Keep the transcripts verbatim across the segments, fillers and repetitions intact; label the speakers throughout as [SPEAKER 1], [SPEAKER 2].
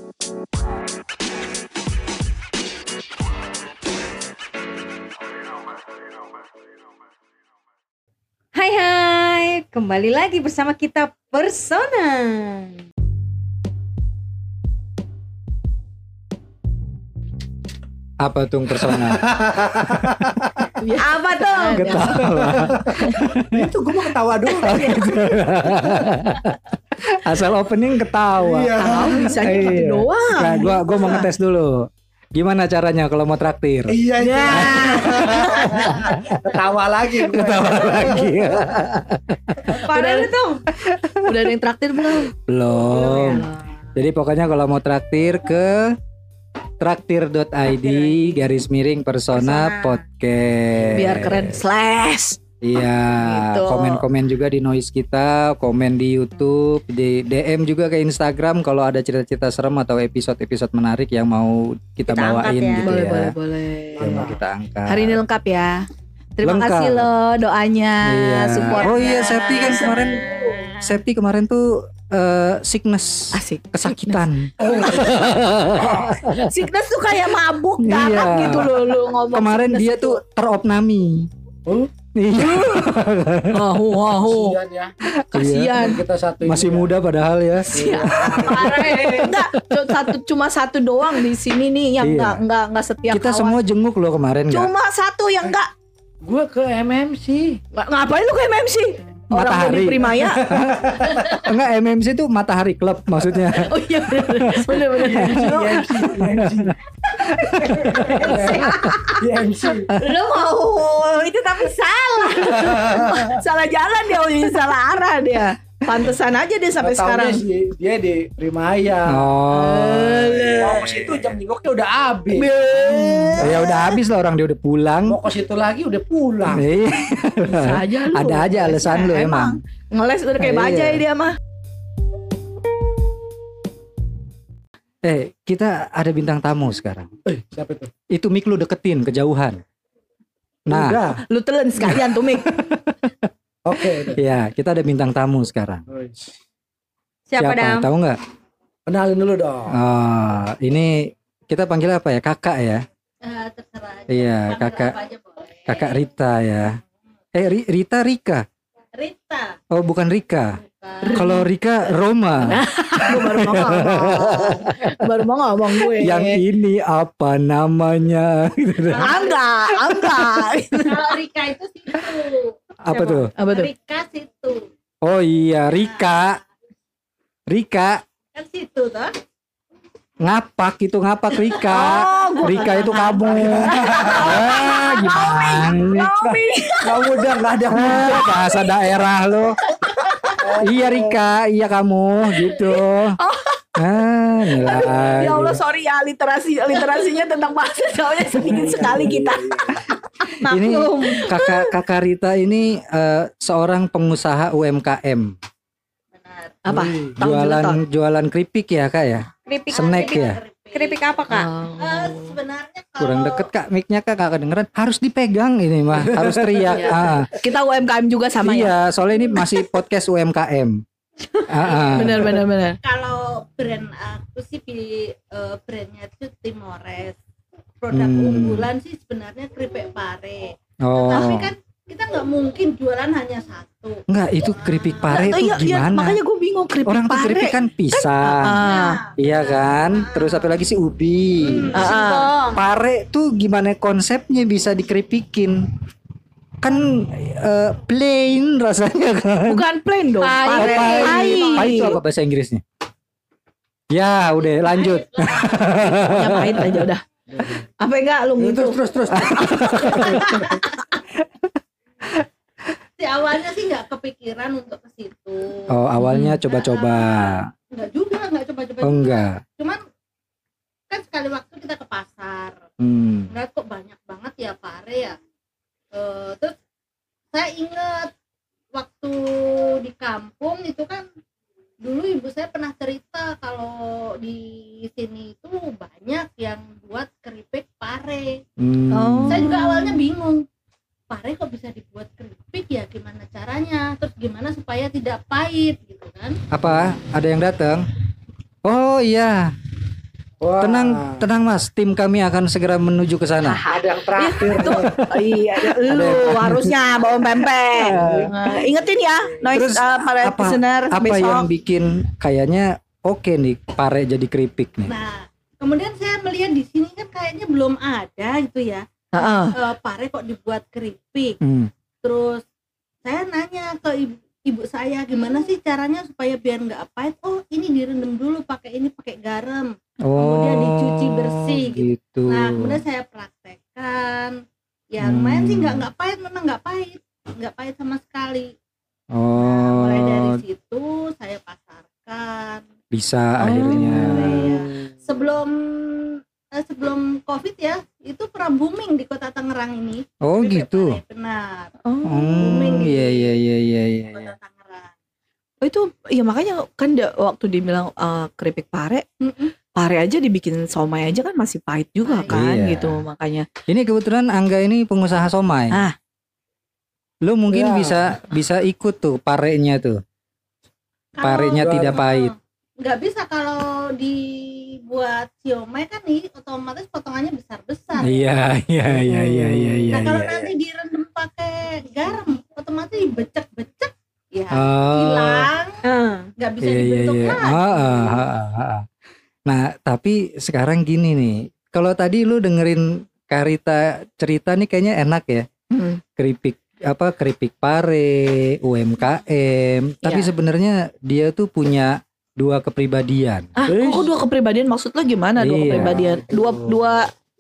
[SPEAKER 1] Hai hai, kembali lagi bersama kita Persona.
[SPEAKER 2] Apa tuh persona?
[SPEAKER 1] Apa tuh?
[SPEAKER 2] Ketawa.
[SPEAKER 3] Itu gue mau ketawa doang.
[SPEAKER 2] Asal opening ketawa.
[SPEAKER 3] Iya.
[SPEAKER 1] Tahu bisanya gitu
[SPEAKER 2] Iya.
[SPEAKER 1] doang.
[SPEAKER 2] Nah, gua gua mau ngetes dulu. Gimana caranya kalau mau traktir?
[SPEAKER 3] Iya iya. Ketawa lagi. gue.
[SPEAKER 2] Ketawa lagi.
[SPEAKER 1] Parah lu tuh.
[SPEAKER 4] Udah ada yang traktir belum?
[SPEAKER 2] Belum. Jadi pokoknya kalau mau traktir ke traktir dot i d garis miring persona podcast.
[SPEAKER 4] Biar keren slash.
[SPEAKER 2] Iya,
[SPEAKER 4] Gitu.
[SPEAKER 2] komen-komen juga di noise kita, komen di YouTube, di D M juga ke Instagram kalau ada cerita-cerita serem atau episode-episode menarik yang mau kita,
[SPEAKER 1] Kita
[SPEAKER 2] bawain
[SPEAKER 1] angkat ya.
[SPEAKER 2] gitu
[SPEAKER 4] Boleh,
[SPEAKER 2] ya.
[SPEAKER 4] boleh, boleh.
[SPEAKER 2] Yang mau kita angkat.
[SPEAKER 4] Hari ini lengkap ya. Terima
[SPEAKER 2] Lengkap.
[SPEAKER 4] kasih loh doanya,
[SPEAKER 2] Iya.
[SPEAKER 4] supportnya.
[SPEAKER 2] Oh iya, Septi kan kemarin Septi kemarin tuh eh, sickness,
[SPEAKER 4] Asik.
[SPEAKER 2] kesakitan.
[SPEAKER 4] Sickness tuh kayak mabuk
[SPEAKER 2] Iya.
[SPEAKER 4] darah gitu loh lu ngomong.
[SPEAKER 2] Kemarin
[SPEAKER 4] sickness
[SPEAKER 2] dia
[SPEAKER 4] itu.
[SPEAKER 2] tuh teropnami.
[SPEAKER 3] Oh,
[SPEAKER 2] Iya,
[SPEAKER 4] Ahu ahu.
[SPEAKER 3] kasihan ya.
[SPEAKER 4] Kasihan.
[SPEAKER 3] Kita satu ini
[SPEAKER 2] masih
[SPEAKER 3] ya.
[SPEAKER 2] muda padahal ya.
[SPEAKER 4] Parah. Enggak, cu- satu cuma satu doang di sini nih yang
[SPEAKER 2] Iya.
[SPEAKER 4] enggak enggak enggak setiap
[SPEAKER 2] Kita
[SPEAKER 4] kawan.
[SPEAKER 2] semua jenguk loh kemarin nggak?
[SPEAKER 4] Cuma satu yang enggak.
[SPEAKER 3] Gue ke M M C.
[SPEAKER 4] Ng- Ngapain lu ke M M C? Orang
[SPEAKER 2] Matahari.
[SPEAKER 4] dari Primaya.
[SPEAKER 2] Enggak, M M C tuh Matahari Club maksudnya.
[SPEAKER 4] Oh iya bener bener bener. Lu-
[SPEAKER 3] M C. M C. M C.
[SPEAKER 4] Lu mau itu tapi salah. Salah jalan dia, oh, ini salah arah dia. Pantesan aja dia sampai sekarang.
[SPEAKER 3] Sih, dia di Primaya.
[SPEAKER 2] Oh.
[SPEAKER 3] Mau ke situ jam jenguknya udah habis.
[SPEAKER 2] Ya udah habis lah, orang dia udah pulang.
[SPEAKER 3] Mau ke situ lagi udah pulang.
[SPEAKER 2] Iya.
[SPEAKER 4] Bisa aja lu.
[SPEAKER 2] Ada aja alasan lu emang.
[SPEAKER 4] Ngeles udah kayak
[SPEAKER 2] Iya.
[SPEAKER 4] bajai dia mah.
[SPEAKER 2] Eh, kita ada bintang tamu sekarang.
[SPEAKER 3] Eh, siapa itu?
[SPEAKER 2] Itu mic lu deketin kejauhan. Nah,
[SPEAKER 3] Udah.
[SPEAKER 4] Lu telan sekalian tuh Mik.
[SPEAKER 3] Oke. udah.
[SPEAKER 2] ya kita ada bintang tamu sekarang.
[SPEAKER 1] Siapa, Dam?
[SPEAKER 2] Tahu nggak?
[SPEAKER 3] Kenalin dulu dong.
[SPEAKER 2] Oh, ini kita panggil apa ya? Kakak ya?
[SPEAKER 1] Eh, terserah aja.
[SPEAKER 2] Iya,
[SPEAKER 1] Panggil
[SPEAKER 2] kakak.
[SPEAKER 1] apa aja boleh.
[SPEAKER 2] Kakak Rita ya. Eh, Ri- Rita Rika.
[SPEAKER 1] Rita.
[SPEAKER 2] Oh, bukan Rika.
[SPEAKER 1] Bukan.
[SPEAKER 2] Kalau Rika Roma.
[SPEAKER 4] Gue baru mau ngomong. Baru mau ngomong gue.
[SPEAKER 2] Yang ini apa namanya?
[SPEAKER 4] Enggak, enggak.
[SPEAKER 1] Kalau Rika itu situ.
[SPEAKER 2] Apa tuh?
[SPEAKER 4] Apa tuh?
[SPEAKER 1] Rika situ.
[SPEAKER 2] Oh iya, Rika. Rika
[SPEAKER 1] Kan situ toh.
[SPEAKER 2] ngapak itu ngapak Rika.
[SPEAKER 4] Oh, gua
[SPEAKER 2] Rika itu kamu. Ah, gimana nih?
[SPEAKER 3] Kamu udah nggak ada.
[SPEAKER 2] Ah, bahasa daerah lo. Iya Rika, iya kamu gitu. Ah, nilai.
[SPEAKER 4] Ya Allah, sorry ya, literasi literasinya tentang bahasa Jawanya sedikit sekali kita.
[SPEAKER 2] Ini kakak kakak Rita ini eh, seorang pengusaha U M K M.
[SPEAKER 1] Benar.
[SPEAKER 4] Apa?
[SPEAKER 3] Wih,
[SPEAKER 4] Tahu
[SPEAKER 2] Jualan
[SPEAKER 4] jeleton?
[SPEAKER 2] jualan keripik ya kak ya.
[SPEAKER 1] Keripik
[SPEAKER 2] Snack
[SPEAKER 1] keripik-
[SPEAKER 2] ya?
[SPEAKER 1] Keripik apa, Kak?
[SPEAKER 4] Oh.
[SPEAKER 1] Eh, sebenarnya kalau
[SPEAKER 2] Kurang deket kak mic-nya kak gak kedengeran. Harus dipegang ini mah, harus teriak.
[SPEAKER 4] Iya.
[SPEAKER 2] Ah.
[SPEAKER 4] Kita U M K M juga sama ya.
[SPEAKER 2] Iya, soalnya ini masih podcast U M K M. Ah, ah.
[SPEAKER 4] Benar benar benar.
[SPEAKER 1] kalau brand aku sih pi- eh, brandnya itu Timores. Produk
[SPEAKER 2] Hmm.
[SPEAKER 1] unggulan sih sebenarnya keripik pare.
[SPEAKER 2] Oh,
[SPEAKER 1] Tapi kan kita nggak mungkin jualan hanya satu.
[SPEAKER 2] enggak itu keripik pare
[SPEAKER 4] Nah,
[SPEAKER 2] itu
[SPEAKER 4] iya, iya,
[SPEAKER 2] gimana?
[SPEAKER 4] makanya gue bingung keripik
[SPEAKER 2] Orang tuh
[SPEAKER 4] pare.
[SPEAKER 2] keripik kan pisang,
[SPEAKER 4] Ah.
[SPEAKER 2] iya kan? Terus apa lagi sih ubi?
[SPEAKER 1] Hmm,
[SPEAKER 4] Ah, ah.
[SPEAKER 1] singkong.
[SPEAKER 2] Pare tuh gimana konsepnya bisa dikeripikin? Kan eh, plain rasanya kan?
[SPEAKER 4] Bukan plain dong.
[SPEAKER 1] Pahit.
[SPEAKER 4] Pare.
[SPEAKER 2] Oh, pahit.
[SPEAKER 4] Pahit.
[SPEAKER 2] Pahit itu apa bahasa Inggrisnya? Ya, udah lanjut.
[SPEAKER 4] Ya pahit aja udah. Apa enggak lu gitu?
[SPEAKER 3] Terus terus terus.
[SPEAKER 1] Si awalnya sih nggak kepikiran untuk ke situ.
[SPEAKER 2] Oh, awalnya coba-coba.
[SPEAKER 1] Nggak juga, nggak coba-coba.
[SPEAKER 2] Oh,
[SPEAKER 1] juga.
[SPEAKER 2] enggak.
[SPEAKER 1] Cuman kan sekali waktu kita ke pasar,
[SPEAKER 2] Hmm.
[SPEAKER 1] ngeliat kok banyak banget ya pare ya. Eh, terus saya inget waktu di kampung itu kan dulu ibu saya pernah cerita kalau di sini itu banyak yang buat keripik pare.
[SPEAKER 2] Hmm.
[SPEAKER 4] Oh.
[SPEAKER 1] Saya juga awalnya bingung, pare kok bisa dibuat keripik ya, gimana caranya, terus gimana supaya tidak pahit gitu kan.
[SPEAKER 2] Apa? Ada yang datang? Oh iya.
[SPEAKER 3] Wah.
[SPEAKER 2] Tenang, tenang Mas, tim kami akan segera menuju ke sana.
[SPEAKER 3] Ada yang terakhir tuh.
[SPEAKER 4] Oh, iya, lu harusnya bawa pempek. Nah, ingetin ya, noise
[SPEAKER 2] Terus
[SPEAKER 4] uh, para
[SPEAKER 2] apa,
[SPEAKER 4] listener
[SPEAKER 2] apa
[SPEAKER 4] besok.
[SPEAKER 2] yang bikin kayaknya oke nih pare jadi keripik nih?
[SPEAKER 1] Nah, kemudian saya melihat di sini kan kayaknya belum ada gitu ya.
[SPEAKER 4] Heeh.
[SPEAKER 1] Eh, pare kok dibuat keripik.
[SPEAKER 2] Hmm.
[SPEAKER 1] Terus saya nanya ke ibu, ibu saya gimana sih caranya supaya biar nggak pahit. Oh, ini direndam dulu pakai ini pakai garam. Kemudian dicuci bersih gitu.
[SPEAKER 2] gitu.
[SPEAKER 1] Nah, kemudian saya praktekkan. Ya lumayan
[SPEAKER 2] Hmm.
[SPEAKER 1] sih nggak nggak pahit, memang nggak pahit, nggak pahit sama sekali.
[SPEAKER 2] Oh,
[SPEAKER 1] Nah, mulai dari situ saya pasarkan.
[SPEAKER 2] bisa
[SPEAKER 4] Oh.
[SPEAKER 2] akhirnya.
[SPEAKER 1] Iya. Sebelum eh, sebelum COVID ya, itu pernah booming di kota Tangerang ini.
[SPEAKER 2] Oh
[SPEAKER 1] Keripik
[SPEAKER 2] gitu.
[SPEAKER 1] pare, benar.
[SPEAKER 4] Oh.
[SPEAKER 2] Hmm, iya iya iya iya iya.
[SPEAKER 1] Kota
[SPEAKER 2] iya.
[SPEAKER 1] Tangerang.
[SPEAKER 4] Oh, itu ya makanya kan da- waktu dibilang uh, keripik pare,
[SPEAKER 1] Mm-mm.
[SPEAKER 4] pare aja dibikin somai aja kan masih pahit juga
[SPEAKER 1] Pahit.
[SPEAKER 4] kan
[SPEAKER 2] Iya.
[SPEAKER 4] gitu makanya.
[SPEAKER 2] Ini kebetulan Angga ini pengusaha somai.
[SPEAKER 4] Ah.
[SPEAKER 2] Lu mungkin
[SPEAKER 3] Ya.
[SPEAKER 2] bisa bisa ikut tuh parenya tuh. Parenya
[SPEAKER 1] Kalau-
[SPEAKER 2] tidak pahit.
[SPEAKER 1] Nggak bisa kalau dibuat siomay kan nih otomatis potongannya besar-besar.
[SPEAKER 2] Iya iya iya iya iya iya.
[SPEAKER 1] Nah kalau
[SPEAKER 2] iya.
[SPEAKER 1] nanti direndam pakai garam, otomatis dibecek-becek, ya
[SPEAKER 2] Oh.
[SPEAKER 1] hilang,
[SPEAKER 4] Uh.
[SPEAKER 1] nggak bisa
[SPEAKER 2] Iya iya
[SPEAKER 1] dibentuk
[SPEAKER 2] iya.
[SPEAKER 1] lagi.
[SPEAKER 2] Ah, ah, ah, ah, ah. Nah, tapi sekarang gini nih. Kalau tadi lu dengerin Karita cerita nih kayaknya enak ya.
[SPEAKER 4] Hmm.
[SPEAKER 2] Keripik apa keripik pare, U M K M. Tapi
[SPEAKER 4] Iya.
[SPEAKER 2] sebenarnya dia tuh punya dua kepribadian.
[SPEAKER 4] Ah, kok dua kepribadian maksud lo gimana dua
[SPEAKER 2] Iya.
[SPEAKER 4] kepribadian? Dua dua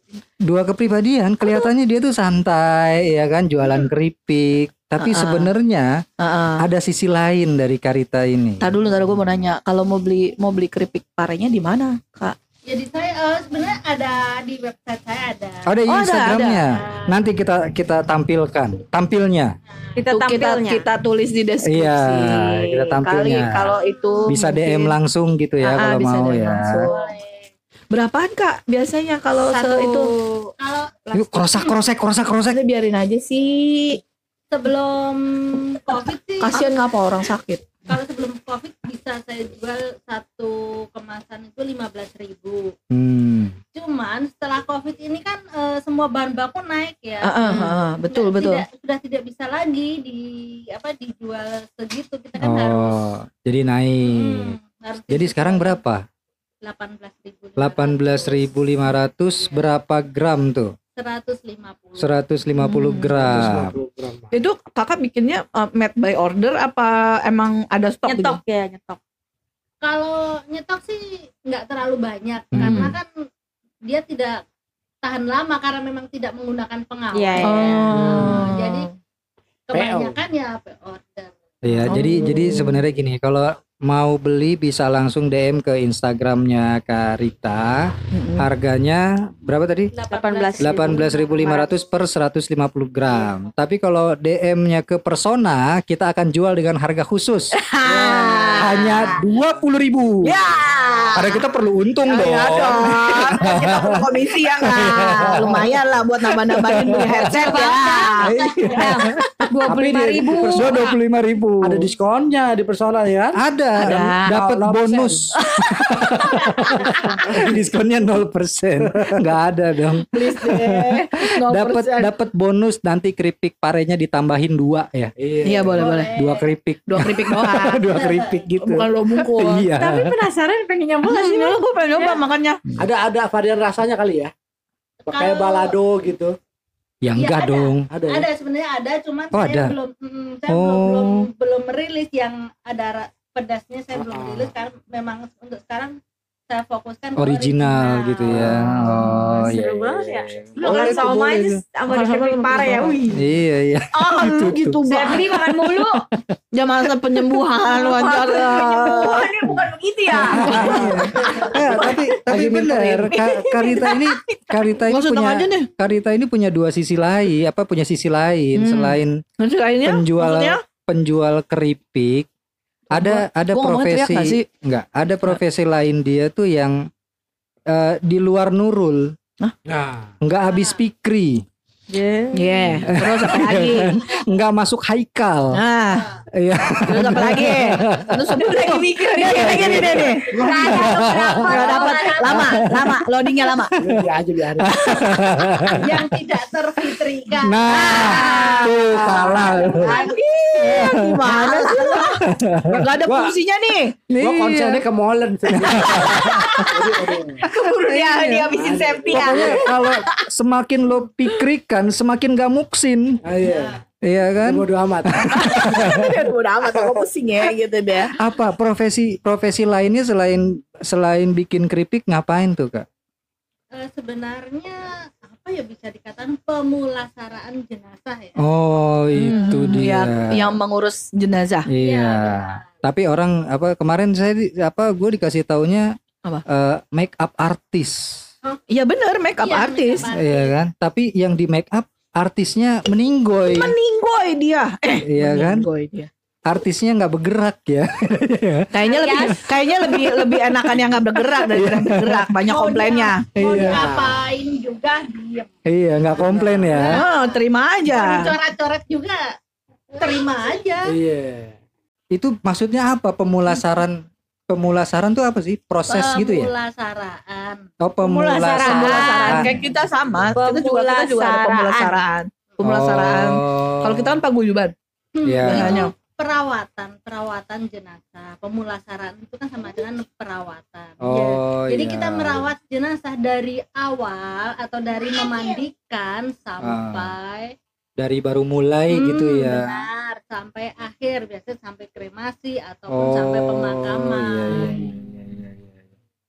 [SPEAKER 2] Dua kepribadian kelihatannya dia tuh santai ya kan jualan keripik. Tapi
[SPEAKER 4] Ah, ah.
[SPEAKER 2] sebenarnya
[SPEAKER 4] Heeh.
[SPEAKER 2] ada sisi lain dari Karita ini.
[SPEAKER 4] Tar dulu, tar gue mau nanya, kalau mau beli mau beli keripik parenya di mana, Kak?
[SPEAKER 1] Jadi saya eh, sebenarnya ada di website saya ada.
[SPEAKER 2] Ada
[SPEAKER 4] Oh, ada,
[SPEAKER 2] Instagramnya.
[SPEAKER 1] ada.
[SPEAKER 2] Nanti kita kita tampilkan tampilnya.
[SPEAKER 5] Kita
[SPEAKER 4] Tuh, kita
[SPEAKER 5] tampilnya.
[SPEAKER 4] kita tulis di deskripsi.
[SPEAKER 2] Iya, kita tampilnya.
[SPEAKER 4] Kali kalau itu
[SPEAKER 2] Bisa D M
[SPEAKER 4] mungkin-
[SPEAKER 2] langsung gitu ya
[SPEAKER 4] Ah, ah,
[SPEAKER 2] kalau
[SPEAKER 4] bisa
[SPEAKER 2] mau
[SPEAKER 4] D M
[SPEAKER 2] ya.
[SPEAKER 4] langsung.
[SPEAKER 1] Boleh.
[SPEAKER 4] Berapaan, Kak? Biasanya kalau se
[SPEAKER 5] Satu
[SPEAKER 4] itu
[SPEAKER 1] Kalau
[SPEAKER 2] Yuk krosak krosek krosak krosek.
[SPEAKER 4] kita biarin aja sih.
[SPEAKER 1] sebelum COVID sih,
[SPEAKER 4] Kasihan ngapa orang sakit.
[SPEAKER 1] kalau sebelum COVID bisa saya jual satu kemasan itu lima belas ribu.
[SPEAKER 2] Hmm.
[SPEAKER 1] Cuman setelah COVID ini kan eh, semua bahan baku naik ya.
[SPEAKER 4] Ah, ah, ah, ah, betul
[SPEAKER 1] Nggak-
[SPEAKER 4] betul.
[SPEAKER 1] Tidak, sudah tidak bisa lagi di apa dijual segitu, kita kan harus
[SPEAKER 2] Oh, jadi naik.
[SPEAKER 1] hmm, harus
[SPEAKER 2] Jadi
[SPEAKER 1] dijual
[SPEAKER 2] sekarang berapa?
[SPEAKER 1] delapan belas ribu.
[SPEAKER 2] delapan belas ribu lima ratus berapa gram tuh?
[SPEAKER 1] seratus lima puluh.
[SPEAKER 2] seratus lima puluh
[SPEAKER 4] Hmm.
[SPEAKER 2] gram.
[SPEAKER 3] seratus lima puluh gram.
[SPEAKER 4] Itu Kakak bikinnya uh, made by order apa emang ada stok
[SPEAKER 5] nyetok
[SPEAKER 4] gitu?
[SPEAKER 5] ya nyetok.
[SPEAKER 1] Kalau nyetok sih nggak terlalu banyak
[SPEAKER 2] Hmm.
[SPEAKER 1] karena kan dia tidak tahan lama karena memang tidak menggunakan pengawet.
[SPEAKER 5] Iya, iya.
[SPEAKER 4] Oh.
[SPEAKER 1] Jadi kebanyakan ya order.
[SPEAKER 2] Iya,
[SPEAKER 4] Oh.
[SPEAKER 2] jadi jadi sebenarnya gini, kalau mau beli bisa langsung D M ke Instagramnya Karita.
[SPEAKER 4] Mm-mm.
[SPEAKER 2] Harganya berapa tadi?
[SPEAKER 5] delapan belas
[SPEAKER 2] delapan belas ribu lima ratus per seratus lima puluh gram. Tapi kalau D M-nya ke Persona, kita akan jual dengan harga khusus. Hanya dua puluh ribu.
[SPEAKER 4] Ya.
[SPEAKER 2] Karena kita perlu untung dong.
[SPEAKER 4] Ya dong. Kita perlu komisi ya nggak? Lumayan lah buat nambah-nambahin beli headset ya.
[SPEAKER 5] dua puluh lima ribu.
[SPEAKER 2] Persona dua puluh lima ribu.
[SPEAKER 3] Ada diskonnya di Persona ya kan?
[SPEAKER 2] Ada,
[SPEAKER 4] Ada.
[SPEAKER 2] dapat
[SPEAKER 3] nol persen.
[SPEAKER 2] bonus. Diskonnya nol persen. Enggak ada dong.
[SPEAKER 4] Please deh. nol
[SPEAKER 2] Dapat
[SPEAKER 4] persen.
[SPEAKER 2] dapat bonus nanti keripik parenya ditambahin dua ya.
[SPEAKER 4] Iya boleh boleh.
[SPEAKER 2] Dua keripik.
[SPEAKER 4] Dua keripik doang.
[SPEAKER 2] Dua keripik gitu.
[SPEAKER 4] Bukan lo bungkus.
[SPEAKER 2] Iya.
[SPEAKER 5] Tapi penasaran pengen nyoba nggak sih?
[SPEAKER 4] Ini lo gue pengen nyoba makanya.
[SPEAKER 3] Ada ada varian rasanya kali ya. Kayak
[SPEAKER 1] Kalau-
[SPEAKER 3] balado gitu.
[SPEAKER 2] Ya
[SPEAKER 1] Iya,
[SPEAKER 2] enggak
[SPEAKER 1] ada.
[SPEAKER 2] dong.
[SPEAKER 3] Ada ya?
[SPEAKER 1] Ada sebenarnya ada, cuman
[SPEAKER 2] Oh,
[SPEAKER 1] saya
[SPEAKER 2] ada.
[SPEAKER 1] belum mm, saya
[SPEAKER 2] Oh.
[SPEAKER 1] belum belum belum merilis yang ada ra- pedasnya, saya belum
[SPEAKER 3] Ah.
[SPEAKER 1] merilis karena memang untuk sekarang saya fokuskan ke
[SPEAKER 2] original gitu ya. Oh iya.
[SPEAKER 5] Seru banget ya.
[SPEAKER 3] Boleh
[SPEAKER 5] Makan
[SPEAKER 3] tuh,
[SPEAKER 5] sama
[SPEAKER 3] boleh
[SPEAKER 5] aja
[SPEAKER 3] tuh.
[SPEAKER 5] sama
[SPEAKER 4] Makan sama
[SPEAKER 5] keripik pare ya.
[SPEAKER 4] sama
[SPEAKER 5] Wih.
[SPEAKER 2] Iya iya.
[SPEAKER 4] Ah lu
[SPEAKER 2] Tuh,
[SPEAKER 4] gitu
[SPEAKER 5] Saya
[SPEAKER 4] banget.
[SPEAKER 5] beli makan mulu.
[SPEAKER 4] Dia masa penyembuhan lu anjar.
[SPEAKER 5] Penyembuhan ini bukan begitu ya.
[SPEAKER 2] Ya, tapi tapi
[SPEAKER 3] Lagi
[SPEAKER 2] benar. Ka- Karita ini Karita ini
[SPEAKER 4] Gak usah
[SPEAKER 2] punya
[SPEAKER 4] aja deh.
[SPEAKER 2] Karita ini punya dua sisi lain, apa punya sisi lain
[SPEAKER 4] Hmm.
[SPEAKER 2] selain
[SPEAKER 4] Nanti lainnya
[SPEAKER 2] penjual
[SPEAKER 4] maksudnya?
[SPEAKER 2] penjual keripik. Ada ada
[SPEAKER 4] gua ngomongnya teriak
[SPEAKER 2] profesi
[SPEAKER 4] nggak sih?
[SPEAKER 2] enggak, ada profesi lain dia tuh yang eh, di luar Nurul,
[SPEAKER 3] Nah,
[SPEAKER 2] enggak habis pikri,
[SPEAKER 4] Iya. Terus apa lagi?
[SPEAKER 2] enggak masuk haikal.
[SPEAKER 4] Nah,
[SPEAKER 2] Iya.
[SPEAKER 4] terus apa lagi? Terus apa lagi mikir nih nih nih nih.
[SPEAKER 5] Nggak ada tuh kenapa
[SPEAKER 4] Nggak dapat.
[SPEAKER 5] nggak
[SPEAKER 4] Lama, lama, loadingnya lama.
[SPEAKER 3] Biar aja biar.
[SPEAKER 1] yang tidak terfitrikan.
[SPEAKER 2] Nah, tuh salah.
[SPEAKER 4] Iya, gimana sih? Gak ada
[SPEAKER 3] Gua-
[SPEAKER 4] fungsinya nih.
[SPEAKER 3] Gua konsennya ke molen.
[SPEAKER 5] Keburu dia dihabisin safety ya.
[SPEAKER 2] Pokoknya kalau semakin lo pikirkan, semakin gak muksin.
[SPEAKER 3] Ah, iya.
[SPEAKER 2] Iya kan?
[SPEAKER 3] Bodo amat.
[SPEAKER 4] Udah amat, aku pusing ya gitu deh.
[SPEAKER 2] Apa profesi profesi lainnya selain selain bikin keripik ngapain tuh Kak?
[SPEAKER 1] Eh, sebenarnya apa ya bisa dikatakan pemulasaraan jenazah ya.
[SPEAKER 2] Oh, itu
[SPEAKER 4] Hmm,
[SPEAKER 2] dia.
[SPEAKER 4] Yang, yang mengurus jenazah.
[SPEAKER 2] Iya.
[SPEAKER 1] Iya,
[SPEAKER 2] Tapi orang apa kemarin saya di, apa gue dikasih taunya
[SPEAKER 4] Apa?
[SPEAKER 2] eh, make up artis.
[SPEAKER 4] Iya bener, make up
[SPEAKER 1] Iya,
[SPEAKER 4] artis.
[SPEAKER 1] make up
[SPEAKER 2] Iya kan? Tapi yang di make up artisnya meninggoy.
[SPEAKER 4] Meninggoy dia. Eh,
[SPEAKER 2] Iya kan?
[SPEAKER 4] meninggoy dia.
[SPEAKER 2] Artisnya nggak bergerak ya.
[SPEAKER 4] Kayaknya lebih kayaknya lebih lebih enakan yang nggak bergerak daripada yang bergerak. Banyak
[SPEAKER 1] Mau
[SPEAKER 4] komplainnya.
[SPEAKER 1] Mau
[SPEAKER 2] Iya.
[SPEAKER 1] diapain juga diem.
[SPEAKER 2] Iya, nggak komplain ya.
[SPEAKER 4] Oh, terima
[SPEAKER 1] Mau
[SPEAKER 4] aja.
[SPEAKER 1] dicoret-coret juga terima aja.
[SPEAKER 3] Iya.
[SPEAKER 2] Itu maksudnya apa pemulasaran? Pemulasaran tuh apa sih? Proses gitu ya?
[SPEAKER 1] Pemulasaraan.
[SPEAKER 2] Oh,
[SPEAKER 5] Pemulasaran.
[SPEAKER 2] pemulasaran.
[SPEAKER 4] Pemulasaran kayak kita sama. Kita juga kita juga ada pemulasaraan. Pemulasaraan.
[SPEAKER 2] Oh.
[SPEAKER 4] Kalau kita kan paguyuban.
[SPEAKER 2] Iya.
[SPEAKER 4] Biasanya.
[SPEAKER 1] Perawatan, perawatan jenazah. Pemulasaraan itu kan sama dengan perawatan. Ya,
[SPEAKER 2] Oh,
[SPEAKER 1] jadi
[SPEAKER 2] iya.
[SPEAKER 1] kita merawat jenazah dari awal atau dari memandikan sampai
[SPEAKER 2] dari baru mulai
[SPEAKER 1] Hmm,
[SPEAKER 2] gitu ya.
[SPEAKER 1] benar, sampai akhir, biasanya sampai kremasi ataupun
[SPEAKER 2] Oh,
[SPEAKER 1] sampai pemakaman.
[SPEAKER 2] iya, iya, iya, iya, iya.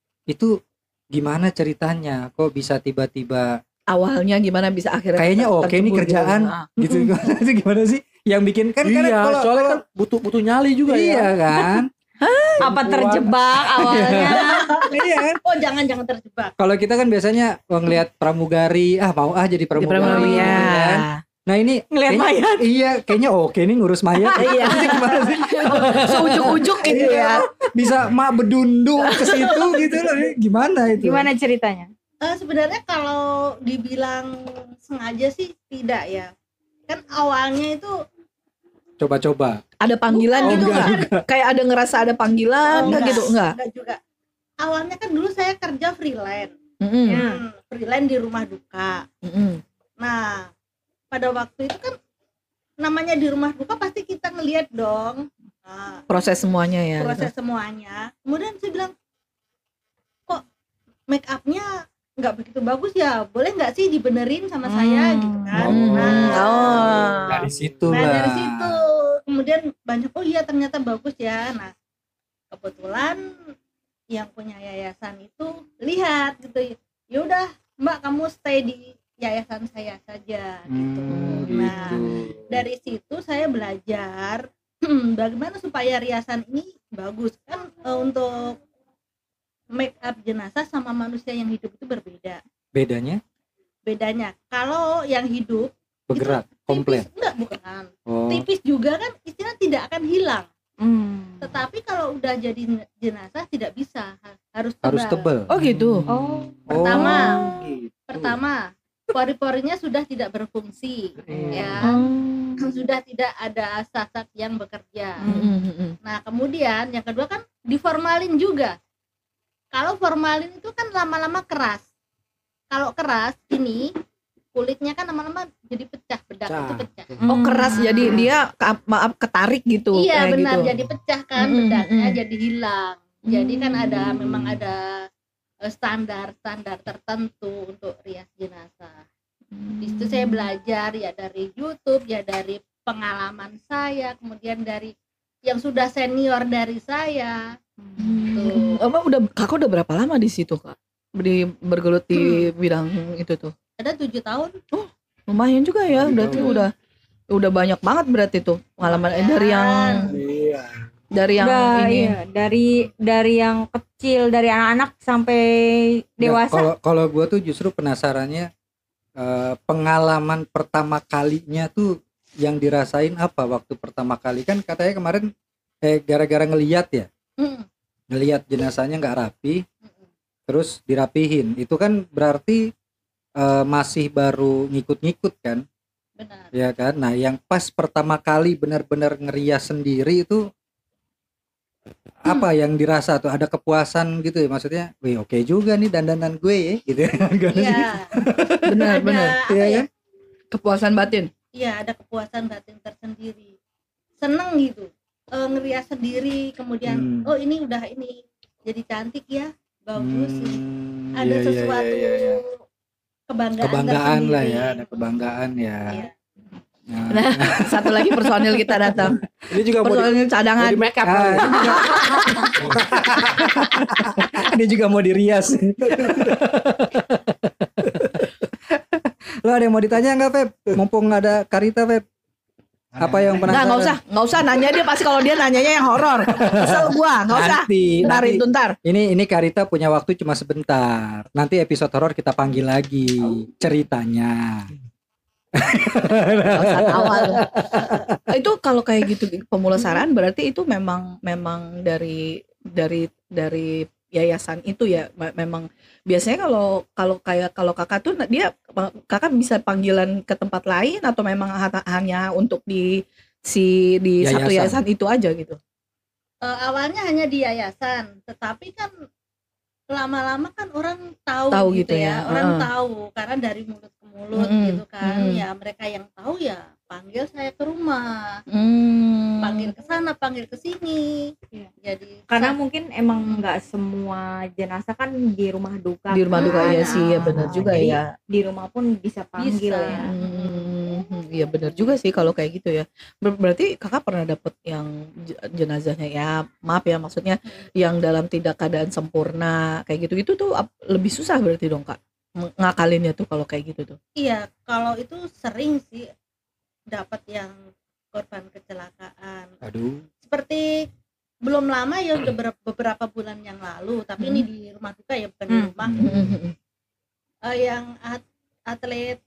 [SPEAKER 2] Itu gimana ceritanya? Kok bisa tiba-tiba
[SPEAKER 4] Awalnya gimana bisa akhirnya
[SPEAKER 2] kayaknya
[SPEAKER 4] ter-
[SPEAKER 2] oke nih
[SPEAKER 4] tercebur
[SPEAKER 2] kerjaan
[SPEAKER 4] gitu. Nah.
[SPEAKER 2] gitu? Itu gimana sih? Yang bikin kan
[SPEAKER 3] Iya,
[SPEAKER 2] karena kalau
[SPEAKER 3] soalnya
[SPEAKER 2] kalau-
[SPEAKER 3] kan butuh butuh nyali juga
[SPEAKER 2] iya
[SPEAKER 3] ya.
[SPEAKER 2] kan?
[SPEAKER 5] Apa terjebak awalnya?
[SPEAKER 2] Iya kan?
[SPEAKER 1] Oh, jangan-jangan terjebak.
[SPEAKER 2] Kalau kita kan biasanya ngelihat pramugari, ah mau ah jadi
[SPEAKER 4] Di
[SPEAKER 2] pramugari.
[SPEAKER 4] pramugari,
[SPEAKER 2] gitu
[SPEAKER 4] ya.
[SPEAKER 2] kan. Nah ini
[SPEAKER 5] Ngeliat
[SPEAKER 2] kayaknya-
[SPEAKER 5] mayat.
[SPEAKER 2] Iya, kayaknya oke nih ngurus mayat.
[SPEAKER 4] Iya.
[SPEAKER 2] Gimana sih?
[SPEAKER 4] Seujuk-ujuk gitu ya.
[SPEAKER 2] Bisa mak bedundung ke situ gitu loh. Gimana itu?
[SPEAKER 5] Gimana ceritanya?
[SPEAKER 1] Eh, sebenarnya kalau dibilang sengaja sih tidak ya. Kan awalnya itu
[SPEAKER 2] Coba-coba.
[SPEAKER 4] Ada panggilan
[SPEAKER 1] Bukan,
[SPEAKER 4] gitu
[SPEAKER 2] enggak,
[SPEAKER 4] nggak? Kayak ada ngerasa ada panggilan
[SPEAKER 1] Oh,
[SPEAKER 4] nggak
[SPEAKER 1] enggak.
[SPEAKER 4] gitu? Enggak.
[SPEAKER 1] enggak juga. Awalnya kan dulu saya kerja freelance.
[SPEAKER 4] Mm-mm.
[SPEAKER 1] Hmm, freelance di rumah duka.
[SPEAKER 4] Mm-mm.
[SPEAKER 1] Nah, pada waktu itu kan namanya di rumah duka pasti kita ngelihat dong nah,
[SPEAKER 4] Proses semuanya ya.
[SPEAKER 1] proses semuanya. Kemudian saya bilang, kok make upnya nggak begitu bagus ya? Boleh nggak sih dibenerin sama saya
[SPEAKER 5] Hmm.
[SPEAKER 1] gitu kan?
[SPEAKER 4] Hmm.
[SPEAKER 1] Nah,
[SPEAKER 4] Oh.
[SPEAKER 2] Dari situ
[SPEAKER 1] nah
[SPEAKER 2] lah.
[SPEAKER 1] dari situ kemudian banyak oh iya ternyata bagus ya. Nah, kebetulan yang punya yayasan itu lihat gitu. Ya udah, Mbak kamu stay di yayasan saya saja gitu.
[SPEAKER 2] Hmm,
[SPEAKER 1] Nah,
[SPEAKER 2] gitu.
[SPEAKER 1] dari situ saya belajar bagaimana supaya riasan ini bagus kan. eh, untuk make up jenazah sama manusia yang hidup itu berbeda.
[SPEAKER 2] Bedanya
[SPEAKER 1] Bedanya kalau yang hidup
[SPEAKER 2] bergerak,
[SPEAKER 1] tipis,
[SPEAKER 2] komplain.
[SPEAKER 1] enggak bukan.
[SPEAKER 2] Oh.
[SPEAKER 1] Tipis juga kan istilah tidak akan hilang.
[SPEAKER 5] Hmm.
[SPEAKER 1] Tetapi kalau udah jadi jenazah tidak bisa, ha- harus tebal.
[SPEAKER 2] Harus tebel.
[SPEAKER 4] Oh gitu.
[SPEAKER 5] Oh.
[SPEAKER 1] Pertama,
[SPEAKER 2] Oh, gitu.
[SPEAKER 1] pertama pori-porinya sudah tidak berfungsi, ya.
[SPEAKER 5] Hmm.
[SPEAKER 1] Sudah tidak ada sasak yang bekerja.
[SPEAKER 4] Mm-mm, mm-mm.
[SPEAKER 1] Nah, kemudian yang kedua kan diformalin juga. Kalau formalin itu kan lama-lama keras. Kalau keras ini kulitnya kan lama-lama jadi pecah, bedak
[SPEAKER 3] Pecah.
[SPEAKER 1] itu pecah.
[SPEAKER 4] Oh keras jadi dia ka- maaf ketarik gitu.
[SPEAKER 1] Iya
[SPEAKER 4] kayak
[SPEAKER 1] benar,
[SPEAKER 4] gitu.
[SPEAKER 1] jadi pecah kan
[SPEAKER 4] Mm-mm,
[SPEAKER 1] bedaknya
[SPEAKER 4] mm-mm.
[SPEAKER 1] jadi hilang. Jadi kan ada memang ada eh, standar-standar tertentu untuk rias jenazah. Di situ saya belajar ya dari YouTube, ya dari pengalaman saya, kemudian dari yang sudah senior dari saya.
[SPEAKER 4] Hmm. Emang udah kakak udah berapa lama di situ kak? Di bergelut di bidang itu tuh.
[SPEAKER 1] Ada tujuh tahun.
[SPEAKER 4] Lumayan juga ya.
[SPEAKER 2] Tujuh
[SPEAKER 4] Berarti
[SPEAKER 2] tahun.
[SPEAKER 4] udah udah banyak banget berarti tuh pengalaman eh, dari yang
[SPEAKER 3] Iya.
[SPEAKER 4] dari yang
[SPEAKER 5] Udah,
[SPEAKER 4] ini.
[SPEAKER 5] iya, dari dari yang kecil, dari anak-anak sampai
[SPEAKER 2] Nggak,
[SPEAKER 5] dewasa.
[SPEAKER 2] Kalau kalau gue tuh justru penasarannya eh, pengalaman pertama kalinya tuh yang dirasain apa waktu pertama kali kan katanya kemarin eh gara-gara ngeliat ya
[SPEAKER 1] Mm,
[SPEAKER 2] ngeliat jenazahnya nggak rapi
[SPEAKER 1] mm, mm.
[SPEAKER 2] terus dirapihin itu kan berarti eh, masih baru ngikut-ngikut kan
[SPEAKER 1] Benar.
[SPEAKER 2] ya kan. Nah yang pas pertama kali benar-benar ngerias sendiri itu apa yang dirasa tuh, ada kepuasan gitu ya, maksudnya wih oke juga nih dandanan gue ya gitu.
[SPEAKER 1] Iya.
[SPEAKER 4] Benar,
[SPEAKER 1] Ada
[SPEAKER 4] benar.
[SPEAKER 1] apa
[SPEAKER 2] Iya
[SPEAKER 1] ya?
[SPEAKER 2] kan?
[SPEAKER 4] Kepuasan batin.
[SPEAKER 1] Iya, ada kepuasan batin tersendiri. Seneng gitu. Eh, ngerias sendiri, kemudian
[SPEAKER 2] Hmm.
[SPEAKER 1] oh ini udah ini jadi cantik ya, bagus sih.
[SPEAKER 2] Hmm,
[SPEAKER 1] Ada
[SPEAKER 2] iya, iya,
[SPEAKER 1] sesuatu
[SPEAKER 2] iya, iya.
[SPEAKER 1] kebanggaan,
[SPEAKER 2] Kebanggaan lah
[SPEAKER 1] tersendiri.
[SPEAKER 2] ya, ada kebanggaan ya.
[SPEAKER 1] Iya.
[SPEAKER 2] Nah,
[SPEAKER 4] Nah, satu lagi personil kita datang.
[SPEAKER 3] Ini juga mau di,
[SPEAKER 4] Personil
[SPEAKER 3] mau
[SPEAKER 4] cadangan.
[SPEAKER 3] di make up.
[SPEAKER 2] ah, ini, juga, ini juga mau dirias. Lo ada yang mau ditanya nggak, Feb? Mumpung ada Karita, Feb. Apa yang
[SPEAKER 4] Nah,
[SPEAKER 2] penasaran?
[SPEAKER 4] nggak usah, nggak usah nanya dia pasti kalau dia nanyanya yang horor. Kesel gua, nggak usah.
[SPEAKER 2] Nanti,
[SPEAKER 4] Ntar
[SPEAKER 2] nanti.
[SPEAKER 4] itu ntar.
[SPEAKER 2] Ini ini Karita punya waktu cuma sebentar. Nanti episode horor kita panggil lagi ceritanya.
[SPEAKER 4] Alasan awal. Itu kalau kayak gitu pemulasaran berarti itu memang memang dari dari dari yayasan itu ya. Me- Memang biasanya kalau kalau kayak kalau kakak tuh dia kakak bisa panggilan ke tempat lain atau memang ha- hanya untuk di si di satu
[SPEAKER 2] Yayasan.
[SPEAKER 4] yayasan itu aja gitu.
[SPEAKER 1] Eh, awalnya hanya di yayasan, tetapi kan lama-lama kan orang tahu,
[SPEAKER 4] Tahu
[SPEAKER 1] gitu,
[SPEAKER 4] gitu
[SPEAKER 1] ya,
[SPEAKER 4] ya,
[SPEAKER 1] orang
[SPEAKER 4] heeh.
[SPEAKER 1] tahu karena dari mulut ke mulut
[SPEAKER 4] Mm-mm,
[SPEAKER 1] gitu kan,
[SPEAKER 4] mm-mm.
[SPEAKER 1] ya mereka yang tahu ya panggil saya ke rumah,
[SPEAKER 4] Hmm.
[SPEAKER 1] panggil ke sana, panggil ke sini,
[SPEAKER 5] Iya.
[SPEAKER 1] jadi
[SPEAKER 5] Karena
[SPEAKER 1] sa-
[SPEAKER 5] mungkin emang nggak semua jenazah kan di rumah duka.
[SPEAKER 4] Di rumah duka
[SPEAKER 1] Ah,
[SPEAKER 4] ya sih, ya benar
[SPEAKER 5] Nah,
[SPEAKER 4] juga
[SPEAKER 5] jadi
[SPEAKER 4] ya.
[SPEAKER 5] Di rumah pun bisa panggil
[SPEAKER 1] Bisa.
[SPEAKER 5] ya.
[SPEAKER 4] Hmm, iya benar juga sih kalau kayak gitu ya. Ber- berarti kakak pernah dapet yang j- jenazahnya ya, maaf ya maksudnya yang dalam tidak keadaan sempurna kayak gitu-gitu tuh ap- lebih susah berarti dong kak ng- ngakalinnya tuh kalau kayak gitu tuh.
[SPEAKER 1] iya kalau itu sering sih dapat yang korban kecelakaan.
[SPEAKER 2] Aduh.
[SPEAKER 1] Seperti belum lama ya udah ber- beberapa bulan yang lalu, tapi
[SPEAKER 4] Hmm.
[SPEAKER 1] ini di rumah duka ya bukan di
[SPEAKER 5] Hmm.
[SPEAKER 1] rumah. Eh, yang at- atlet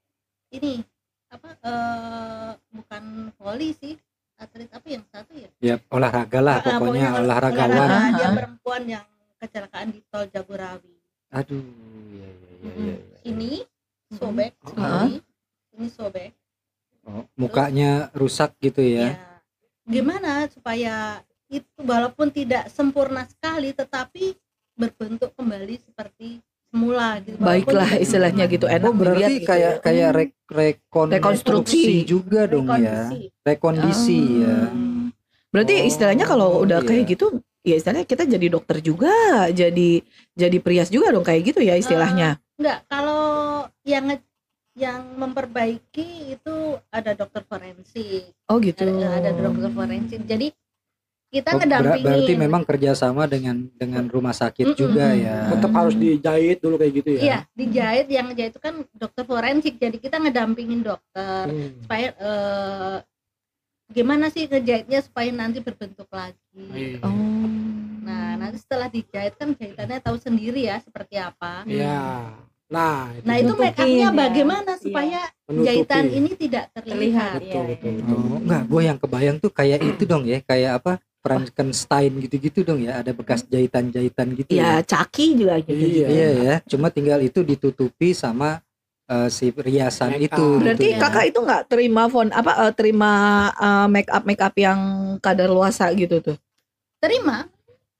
[SPEAKER 1] ini apa eh, bukan voli sih, atlet apa yang satu ya?
[SPEAKER 2] Ya olahraga lah
[SPEAKER 1] Ah,
[SPEAKER 2] pokoknya
[SPEAKER 1] olah-
[SPEAKER 2] olahragawan.
[SPEAKER 1] olahraga, dia
[SPEAKER 4] Ah.
[SPEAKER 1] perempuan yang kecelakaan di tol Jagorawi.
[SPEAKER 2] Aduh. Iya, iya, iya, iya, iya.
[SPEAKER 1] Ini sobek
[SPEAKER 4] Ah.
[SPEAKER 1] sekali, ini sobek.
[SPEAKER 2] Oh, mukanya rusak gitu ya.
[SPEAKER 1] Ya. Gimana supaya itu walaupun tidak sempurna sekali, tetapi berbentuk kembali seperti semula gitu. Walaupun
[SPEAKER 4] Baiklah
[SPEAKER 1] tidak
[SPEAKER 4] istilahnya
[SPEAKER 1] sempurna.
[SPEAKER 4] gitu enak
[SPEAKER 2] Oh berarti
[SPEAKER 4] dilihat gitu
[SPEAKER 2] kayak
[SPEAKER 4] ya.
[SPEAKER 2] kayak
[SPEAKER 4] Hmm.
[SPEAKER 2] rek rekonstruksi
[SPEAKER 4] Rekonstruksi.
[SPEAKER 2] juga dong ya.
[SPEAKER 1] Rekondisi.
[SPEAKER 2] Rekondisi ya.
[SPEAKER 4] Hmm. Berarti
[SPEAKER 2] Oh,
[SPEAKER 4] istilahnya kalau udah
[SPEAKER 2] iya.
[SPEAKER 4] kayak gitu ya istilahnya kita jadi dokter juga, jadi jadi prias juga dong kayak gitu ya istilahnya.
[SPEAKER 1] Enggak, kalau yang nge- yang memperbaiki itu ada dokter forensik.
[SPEAKER 4] Oh gitu.
[SPEAKER 1] Ada, ada dokter forensik. Jadi kita
[SPEAKER 2] Oh, ber-
[SPEAKER 1] ngedampingin.
[SPEAKER 2] berarti memang kerjasama dengan dengan rumah sakit
[SPEAKER 1] Mm-mm,
[SPEAKER 2] juga
[SPEAKER 1] mm-mm.
[SPEAKER 2] ya.
[SPEAKER 3] Tetap harus dijahit dulu kayak gitu ya.
[SPEAKER 1] Iya, dijahit, yang ngejahit itu kan dokter forensik. Jadi kita ngedampingin dokter
[SPEAKER 3] Hmm.
[SPEAKER 1] supaya eh, gimana sih ngejahitnya supaya nanti berbentuk lagi.
[SPEAKER 3] Iya.
[SPEAKER 4] Oh.
[SPEAKER 1] Nah, nanti setelah dijahit kan jahitannya tahu sendiri ya seperti apa.
[SPEAKER 3] Iya. Nah, itu
[SPEAKER 1] Nah, itu
[SPEAKER 5] Nutupin
[SPEAKER 1] make upnya
[SPEAKER 5] ya.
[SPEAKER 1] bagaimana
[SPEAKER 5] Iya.
[SPEAKER 1] supaya
[SPEAKER 3] menutupi.
[SPEAKER 1] jahitan ini tidak terlihat.
[SPEAKER 3] betul,
[SPEAKER 5] Iya,
[SPEAKER 3] betul,
[SPEAKER 5] iya.
[SPEAKER 3] betul.
[SPEAKER 2] Oh, enggak, gue yang kebayang tuh kayak itu dong ya, kayak apa? Frankenstein gitu-gitu dong ya, ada bekas jahitan-jahitan gitu
[SPEAKER 4] Ya
[SPEAKER 2] ya.
[SPEAKER 4] caki juga gitu.
[SPEAKER 3] Iya.
[SPEAKER 2] Iya ya, cuma tinggal itu ditutupi sama eh, si riasan
[SPEAKER 3] Make
[SPEAKER 2] itu.
[SPEAKER 3] up.
[SPEAKER 4] Berarti
[SPEAKER 2] gitu ya.
[SPEAKER 4] kakak itu nggak terima fon apa eh, terima eh, make up make up yang kadaluarsa gitu tuh.
[SPEAKER 1] Terima,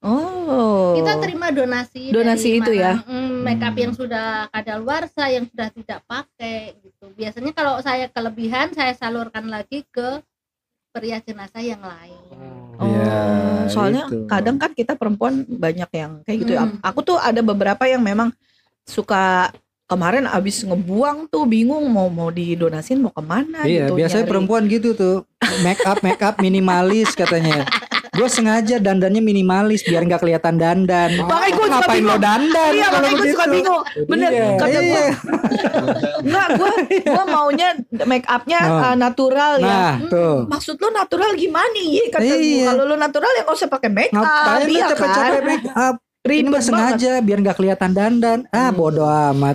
[SPEAKER 4] Oh.
[SPEAKER 1] kita terima donasi.
[SPEAKER 4] Donasi
[SPEAKER 1] dari
[SPEAKER 4] itu ya?
[SPEAKER 1] mana, mm, make up yang sudah kadaluarsa, yang sudah tidak pakai gitu. Biasanya kalau saya kelebihan, saya salurkan lagi ke perias jenazah yang lain.
[SPEAKER 4] Oh,
[SPEAKER 2] Iya,
[SPEAKER 4] soalnya
[SPEAKER 2] itu.
[SPEAKER 4] kadang kan kita perempuan banyak yang kayak gitu ya.
[SPEAKER 1] Mm.
[SPEAKER 4] Aku tuh ada beberapa yang memang suka kemarin abis ngebuang tuh bingung mau mau didonasin mau kemana
[SPEAKER 2] Iya,
[SPEAKER 4] gitu.
[SPEAKER 2] biasanya
[SPEAKER 4] nyari.
[SPEAKER 2] perempuan gitu tuh, make up make up minimalis katanya. Gue sengaja dandannya minimalis biar nggak kelihatan dandan.
[SPEAKER 4] Makanya gua suka
[SPEAKER 2] Ngapain lo
[SPEAKER 4] bingung.
[SPEAKER 2] dandan?
[SPEAKER 4] Iya
[SPEAKER 2] kalau
[SPEAKER 4] makanya gue suka
[SPEAKER 2] begitu?
[SPEAKER 4] bingung. Bener
[SPEAKER 3] Iya.
[SPEAKER 4] kata gue.
[SPEAKER 2] Iya.
[SPEAKER 4] Enggak gue gue maunya make upnya
[SPEAKER 2] Oh.
[SPEAKER 4] uh, natural ya.
[SPEAKER 2] Nah, tuh.
[SPEAKER 4] Maksud lo natural gimana ya kata gue.
[SPEAKER 2] Iya.
[SPEAKER 4] Kalau lo natural ya nggak usah pakai make up,
[SPEAKER 2] Ngapain lu
[SPEAKER 4] iya
[SPEAKER 2] capek-capek
[SPEAKER 4] kan?
[SPEAKER 2] make up? Ini
[SPEAKER 4] Ribet
[SPEAKER 2] mah
[SPEAKER 4] banget.
[SPEAKER 2] sengaja biar nggak kelihatan dandan. Ah,
[SPEAKER 4] Hmm.
[SPEAKER 2] bodoh amat.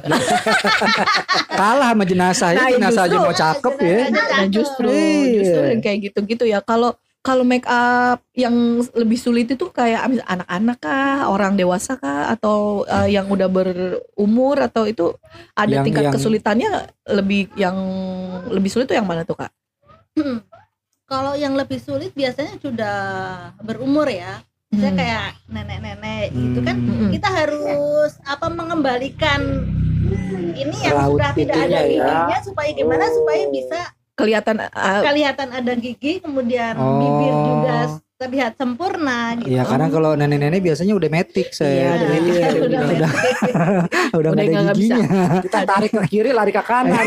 [SPEAKER 2] Kalah sama jenazah.
[SPEAKER 4] Nah,
[SPEAKER 2] Ya, jenazah aja
[SPEAKER 4] justru-
[SPEAKER 2] mau cakep ya.
[SPEAKER 4] Nah, justru
[SPEAKER 2] Iya.
[SPEAKER 4] justru yang kayak gitu-gitu ya. Kalau kalau make up yang lebih sulit itu kayak abis anak-anak kah, orang dewasa kah, atau uh, yang udah berumur atau itu ada
[SPEAKER 2] Yang-
[SPEAKER 4] tingkat
[SPEAKER 2] yang-
[SPEAKER 4] kesulitannya lebih yang lebih sulit tuh yang mana tuh kak?
[SPEAKER 1] Kalau yang lebih sulit biasanya sudah berumur ya. misalnya
[SPEAKER 4] Hmm.
[SPEAKER 1] kayak nenek-nenek gitu kan,
[SPEAKER 4] Hmm.
[SPEAKER 1] kita harus apa mengembalikan ini yang
[SPEAKER 2] Raut
[SPEAKER 1] sudah tidak ada
[SPEAKER 3] itunya ya.
[SPEAKER 1] giginya supaya gimana
[SPEAKER 3] Oh.
[SPEAKER 1] supaya bisa
[SPEAKER 4] Kelihatan uh,
[SPEAKER 1] kelihatan ada gigi, kemudian
[SPEAKER 2] Oh.
[SPEAKER 1] bibir juga terlihat sempurna gitu.
[SPEAKER 2] Iya, karena kalau nenek-nenek biasanya udah metik
[SPEAKER 4] Iya,
[SPEAKER 2] saya.
[SPEAKER 4] udah
[SPEAKER 2] Jadi
[SPEAKER 4] metik,
[SPEAKER 1] Udah
[SPEAKER 4] udah-
[SPEAKER 2] udah
[SPEAKER 1] metik.
[SPEAKER 2] udah
[SPEAKER 4] Udah
[SPEAKER 2] nggak ada
[SPEAKER 4] nggak bisa.
[SPEAKER 2] giginya.
[SPEAKER 3] Kita tarik ke kiri, lari ke kanan.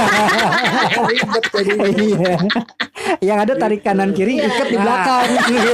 [SPEAKER 3] Ribet jadi.
[SPEAKER 2] Iya. Yang ada tarik kanan kiri
[SPEAKER 1] Iya.
[SPEAKER 2] ikat di
[SPEAKER 3] Nah.
[SPEAKER 2] belakang.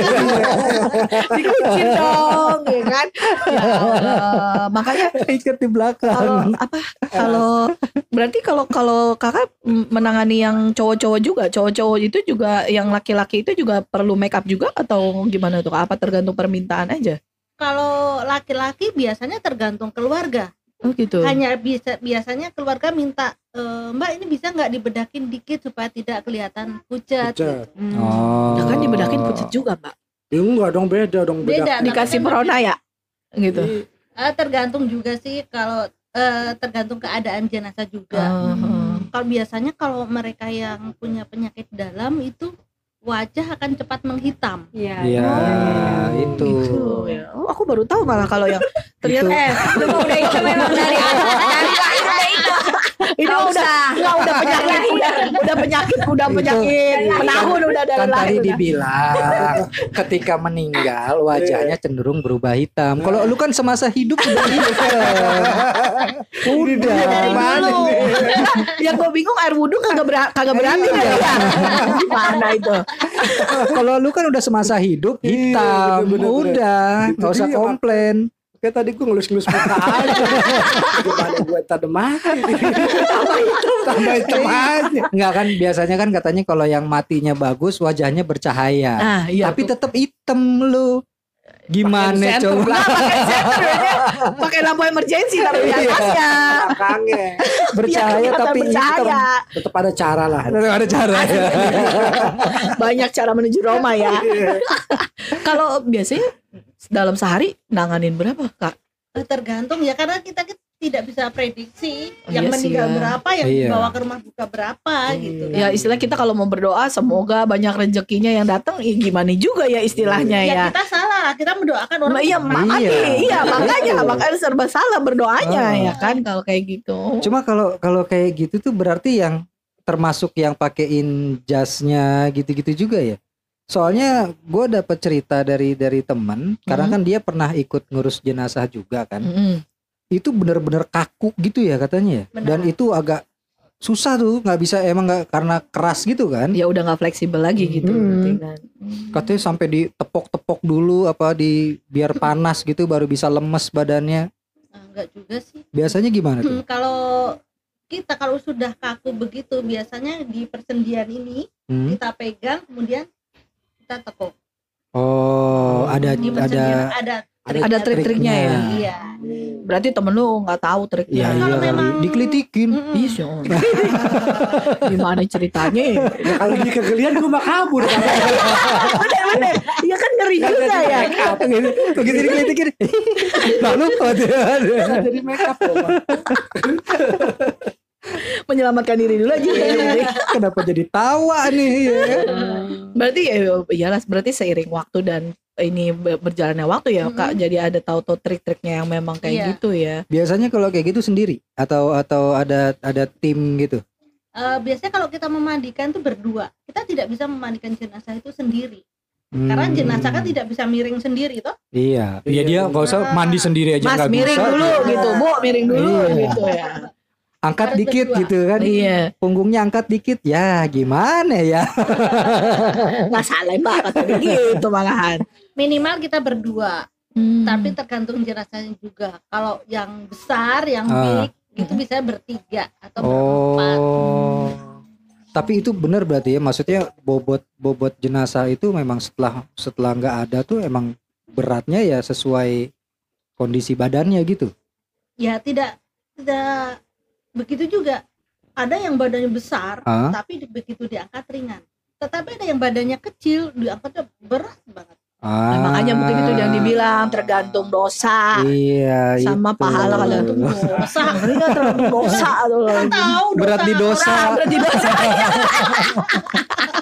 [SPEAKER 4] dikucin dong, ya kan? Ya Allah. Makanya
[SPEAKER 2] Ikat di belakang.
[SPEAKER 4] kalau apa? Kalau berarti kalau kalau kakak menangani yang cowok-cowok juga, cowok-cowok itu juga yang laki-laki itu juga perlu make up juga atau gimana tuh? Apa tergantung permintaan aja?
[SPEAKER 1] Kalau laki-laki biasanya tergantung keluarga.
[SPEAKER 4] Oh gitu.
[SPEAKER 1] Hanya bisa biasanya keluarga minta e, Mbak ini bisa nggak dibedakin dikit supaya tidak kelihatan pucat.
[SPEAKER 3] Pucat.
[SPEAKER 1] gitu.
[SPEAKER 2] Oh.
[SPEAKER 4] Ya kan dibedakin pucat juga, Mbak.
[SPEAKER 3] Ya enggak dong, beda dong.
[SPEAKER 1] Beda.
[SPEAKER 4] Dikasih perona ya? Gitu.
[SPEAKER 3] Jadi,
[SPEAKER 1] Eh, tergantung juga sih kalau eh, tergantung keadaan jenazah juga.
[SPEAKER 4] Oh.
[SPEAKER 1] Kalau biasanya kalau mereka yang punya penyakit dalam itu wajah akan cepat menghitam.
[SPEAKER 5] Iya.
[SPEAKER 2] Iya, itu.
[SPEAKER 4] Gitu, ya. Oh, aku baru tahu malah kalau yang ternyata
[SPEAKER 2] Itu.
[SPEAKER 5] Eh, lu mah udah itu memang dari dari lahir udah itu.
[SPEAKER 4] ini
[SPEAKER 5] Nggak
[SPEAKER 4] udah
[SPEAKER 5] usah.
[SPEAKER 4] nggak udah penyakit udah udah penyakit udah
[SPEAKER 2] Itu.
[SPEAKER 4] penyakit menahun udah dari
[SPEAKER 2] Kan tadi
[SPEAKER 4] lahir udah.
[SPEAKER 2] dibilang ketika meninggal wajahnya cenderung berubah hitam. Kalau lu kan semasa hidup udah hitam. Udah.
[SPEAKER 4] Dari
[SPEAKER 3] Mana
[SPEAKER 4] dulu.
[SPEAKER 3] ini?
[SPEAKER 4] Yang gue bingung air wudhu kagak ber- kagak berani
[SPEAKER 2] Iya.
[SPEAKER 4] ya. Gimana itu?
[SPEAKER 2] Kalau lu kan udah semasa hidup
[SPEAKER 3] Iya,
[SPEAKER 2] hitam.
[SPEAKER 3] bener-bener.
[SPEAKER 2] Udah,
[SPEAKER 3] Itu
[SPEAKER 2] nggak usah
[SPEAKER 3] dia, Mak.
[SPEAKER 2] komplain.
[SPEAKER 3] Kayak tadi gue ngelus-ngelus muka aja. Gimana gue tadi mati. Tambah hitam aja.
[SPEAKER 2] Enggak kan biasanya kan katanya kalau yang matinya bagus wajahnya bercahaya.
[SPEAKER 4] Nah, iya.
[SPEAKER 2] Tapi tetap hitam lu. Gimana
[SPEAKER 4] Senter.
[SPEAKER 2] coba?
[SPEAKER 4] Nah, pakai senter ya. Pakai lampu emergency taruh di
[SPEAKER 2] Iya.
[SPEAKER 4] atasnya.
[SPEAKER 3] Belakangnya.
[SPEAKER 2] Bercahaya
[SPEAKER 4] Biar kelihatan
[SPEAKER 2] tapi hitam.
[SPEAKER 4] bercahaya.
[SPEAKER 3] Tetap ada cara lah.
[SPEAKER 2] Tetap ada cara ya.
[SPEAKER 4] Banyak cara menuju Roma ya. Kalau biasanya dalam sehari nanganin berapa, Kak?
[SPEAKER 1] Eh, tergantung ya karena kita, kita tidak bisa prediksi
[SPEAKER 4] Oh,
[SPEAKER 1] yang
[SPEAKER 4] iya sih
[SPEAKER 1] meninggal
[SPEAKER 4] ya.
[SPEAKER 1] berapa, yang
[SPEAKER 2] Iya.
[SPEAKER 1] dibawa ke rumah duka berapa gitu kan.
[SPEAKER 4] Ya istilah kita kalau mau berdoa semoga banyak rezekinya yang datang, ya gimana juga ya istilahnya
[SPEAKER 1] Ya
[SPEAKER 4] ya.
[SPEAKER 1] kita salah, kita mendoakan orang
[SPEAKER 4] Nah, iya,
[SPEAKER 1] untuk
[SPEAKER 4] makanya,
[SPEAKER 2] Iya.
[SPEAKER 4] iya makanya, makanya serba salah berdoanya
[SPEAKER 2] Oh.
[SPEAKER 4] ya kan kalau kayak gitu.
[SPEAKER 2] Cuma kalau kalau kayak gitu tuh berarti yang termasuk yang pakein jasnya gitu-gitu juga ya. Soalnya gue dapat cerita dari dari teman, karena
[SPEAKER 4] Hmm.
[SPEAKER 2] kan dia pernah ikut ngurus jenazah juga kan.
[SPEAKER 4] Mm-mm.
[SPEAKER 2] Itu bener-bener kaku gitu ya katanya.
[SPEAKER 1] Benar.
[SPEAKER 2] Dan itu agak susah tuh, nggak bisa emang nggak karena keras gitu kan.
[SPEAKER 4] Ya udah nggak fleksibel lagi gitu.
[SPEAKER 2] Hmm.
[SPEAKER 4] berarti kan.
[SPEAKER 2] Katanya sampai ditepok-tepok dulu apa di biar panas gitu baru bisa lemes badannya.
[SPEAKER 1] Nah, enggak juga sih.
[SPEAKER 2] Biasanya gimana tuh?
[SPEAKER 1] Hmm, kalau kita kalau sudah kaku begitu biasanya di persendian ini
[SPEAKER 2] Hmm?
[SPEAKER 1] kita pegang kemudian kita tekuk.
[SPEAKER 2] Oh, ada
[SPEAKER 1] Di
[SPEAKER 2] ada
[SPEAKER 1] persendian ada
[SPEAKER 4] Ada trik-triknya ya.
[SPEAKER 1] Iya.
[SPEAKER 4] Berarti temen lu nggak tahu
[SPEAKER 2] Iya,
[SPEAKER 4] triknya.
[SPEAKER 2] iya
[SPEAKER 1] Kalau
[SPEAKER 2] kali.
[SPEAKER 1] memang-
[SPEAKER 2] Dikelitikin.
[SPEAKER 1] Mm-mm.
[SPEAKER 4] Iya sih. Gimana ceritanya?
[SPEAKER 3] Ya, kalau di kegelian gue mah kabur.
[SPEAKER 4] Bener-bener. Iya kan ngeri juga ya.
[SPEAKER 2] Begitu dikelitikin. Lalu
[SPEAKER 3] Nggak jadi make up loh, Bang.
[SPEAKER 4] Menyelamatkan diri dulu aja.
[SPEAKER 2] kenapa jadi tawa nih ya?
[SPEAKER 4] Berarti ya iyalah berarti seiring waktu dan ini be- berjalannya waktu ya Kak, jadi ada tahu-tahu trik-triknya yang memang kayak
[SPEAKER 1] Iya.
[SPEAKER 4] gitu ya.
[SPEAKER 2] Biasanya kalau kayak gitu sendiri atau atau ada ada tim gitu.
[SPEAKER 1] Eh, biasanya kalau kita memandikan tuh berdua. Kita tidak bisa memandikan jenazah itu sendiri. Karena
[SPEAKER 2] Hmm.
[SPEAKER 1] jenazah kan tidak bisa miring sendiri toh.
[SPEAKER 2] Iya. Iya
[SPEAKER 3] Iya,
[SPEAKER 2] dia nggak usah mandi sendiri aja
[SPEAKER 4] Mas
[SPEAKER 2] nggak
[SPEAKER 4] miring
[SPEAKER 2] bisa.
[SPEAKER 4] dulu gitu, Bu, miring dulu
[SPEAKER 2] Iya.
[SPEAKER 4] gitu ya.
[SPEAKER 2] Angkat
[SPEAKER 1] Harus
[SPEAKER 2] dikit
[SPEAKER 1] berdua.
[SPEAKER 2] gitu kan.
[SPEAKER 4] Iya.
[SPEAKER 2] Punggungnya angkat dikit. Ya gimana ya?
[SPEAKER 4] Nggak salah Mbak kata dia gitu malahan.
[SPEAKER 1] Minimal kita berdua.
[SPEAKER 4] Hmm.
[SPEAKER 1] Tapi tergantung jenazahnya juga. Kalau yang besar, yang
[SPEAKER 2] Ah.
[SPEAKER 1] big itu bisa bertiga atau berempat.
[SPEAKER 2] Oh. Tapi itu benar berarti ya, maksudnya bobot bobot jenazah itu memang setelah setelah nggak ada tuh emang beratnya ya sesuai kondisi badannya gitu.
[SPEAKER 1] Ya tidak tidak begitu juga. Ada yang badannya besar,
[SPEAKER 2] Ah.
[SPEAKER 1] tapi di- begitu diangkat ringan. Tetapi ada yang badannya kecil, diangkatnya berat banget.
[SPEAKER 2] Ah,
[SPEAKER 4] Nah, makanya mungkin itu yang dibilang tergantung dosa
[SPEAKER 2] Iya,
[SPEAKER 4] sama
[SPEAKER 2] itu.
[SPEAKER 4] pahala kalian tuh dosa. Ini kan tergantung dosa tuh.
[SPEAKER 1] Tahu
[SPEAKER 2] Berat di dosa.
[SPEAKER 4] Berat di dosa.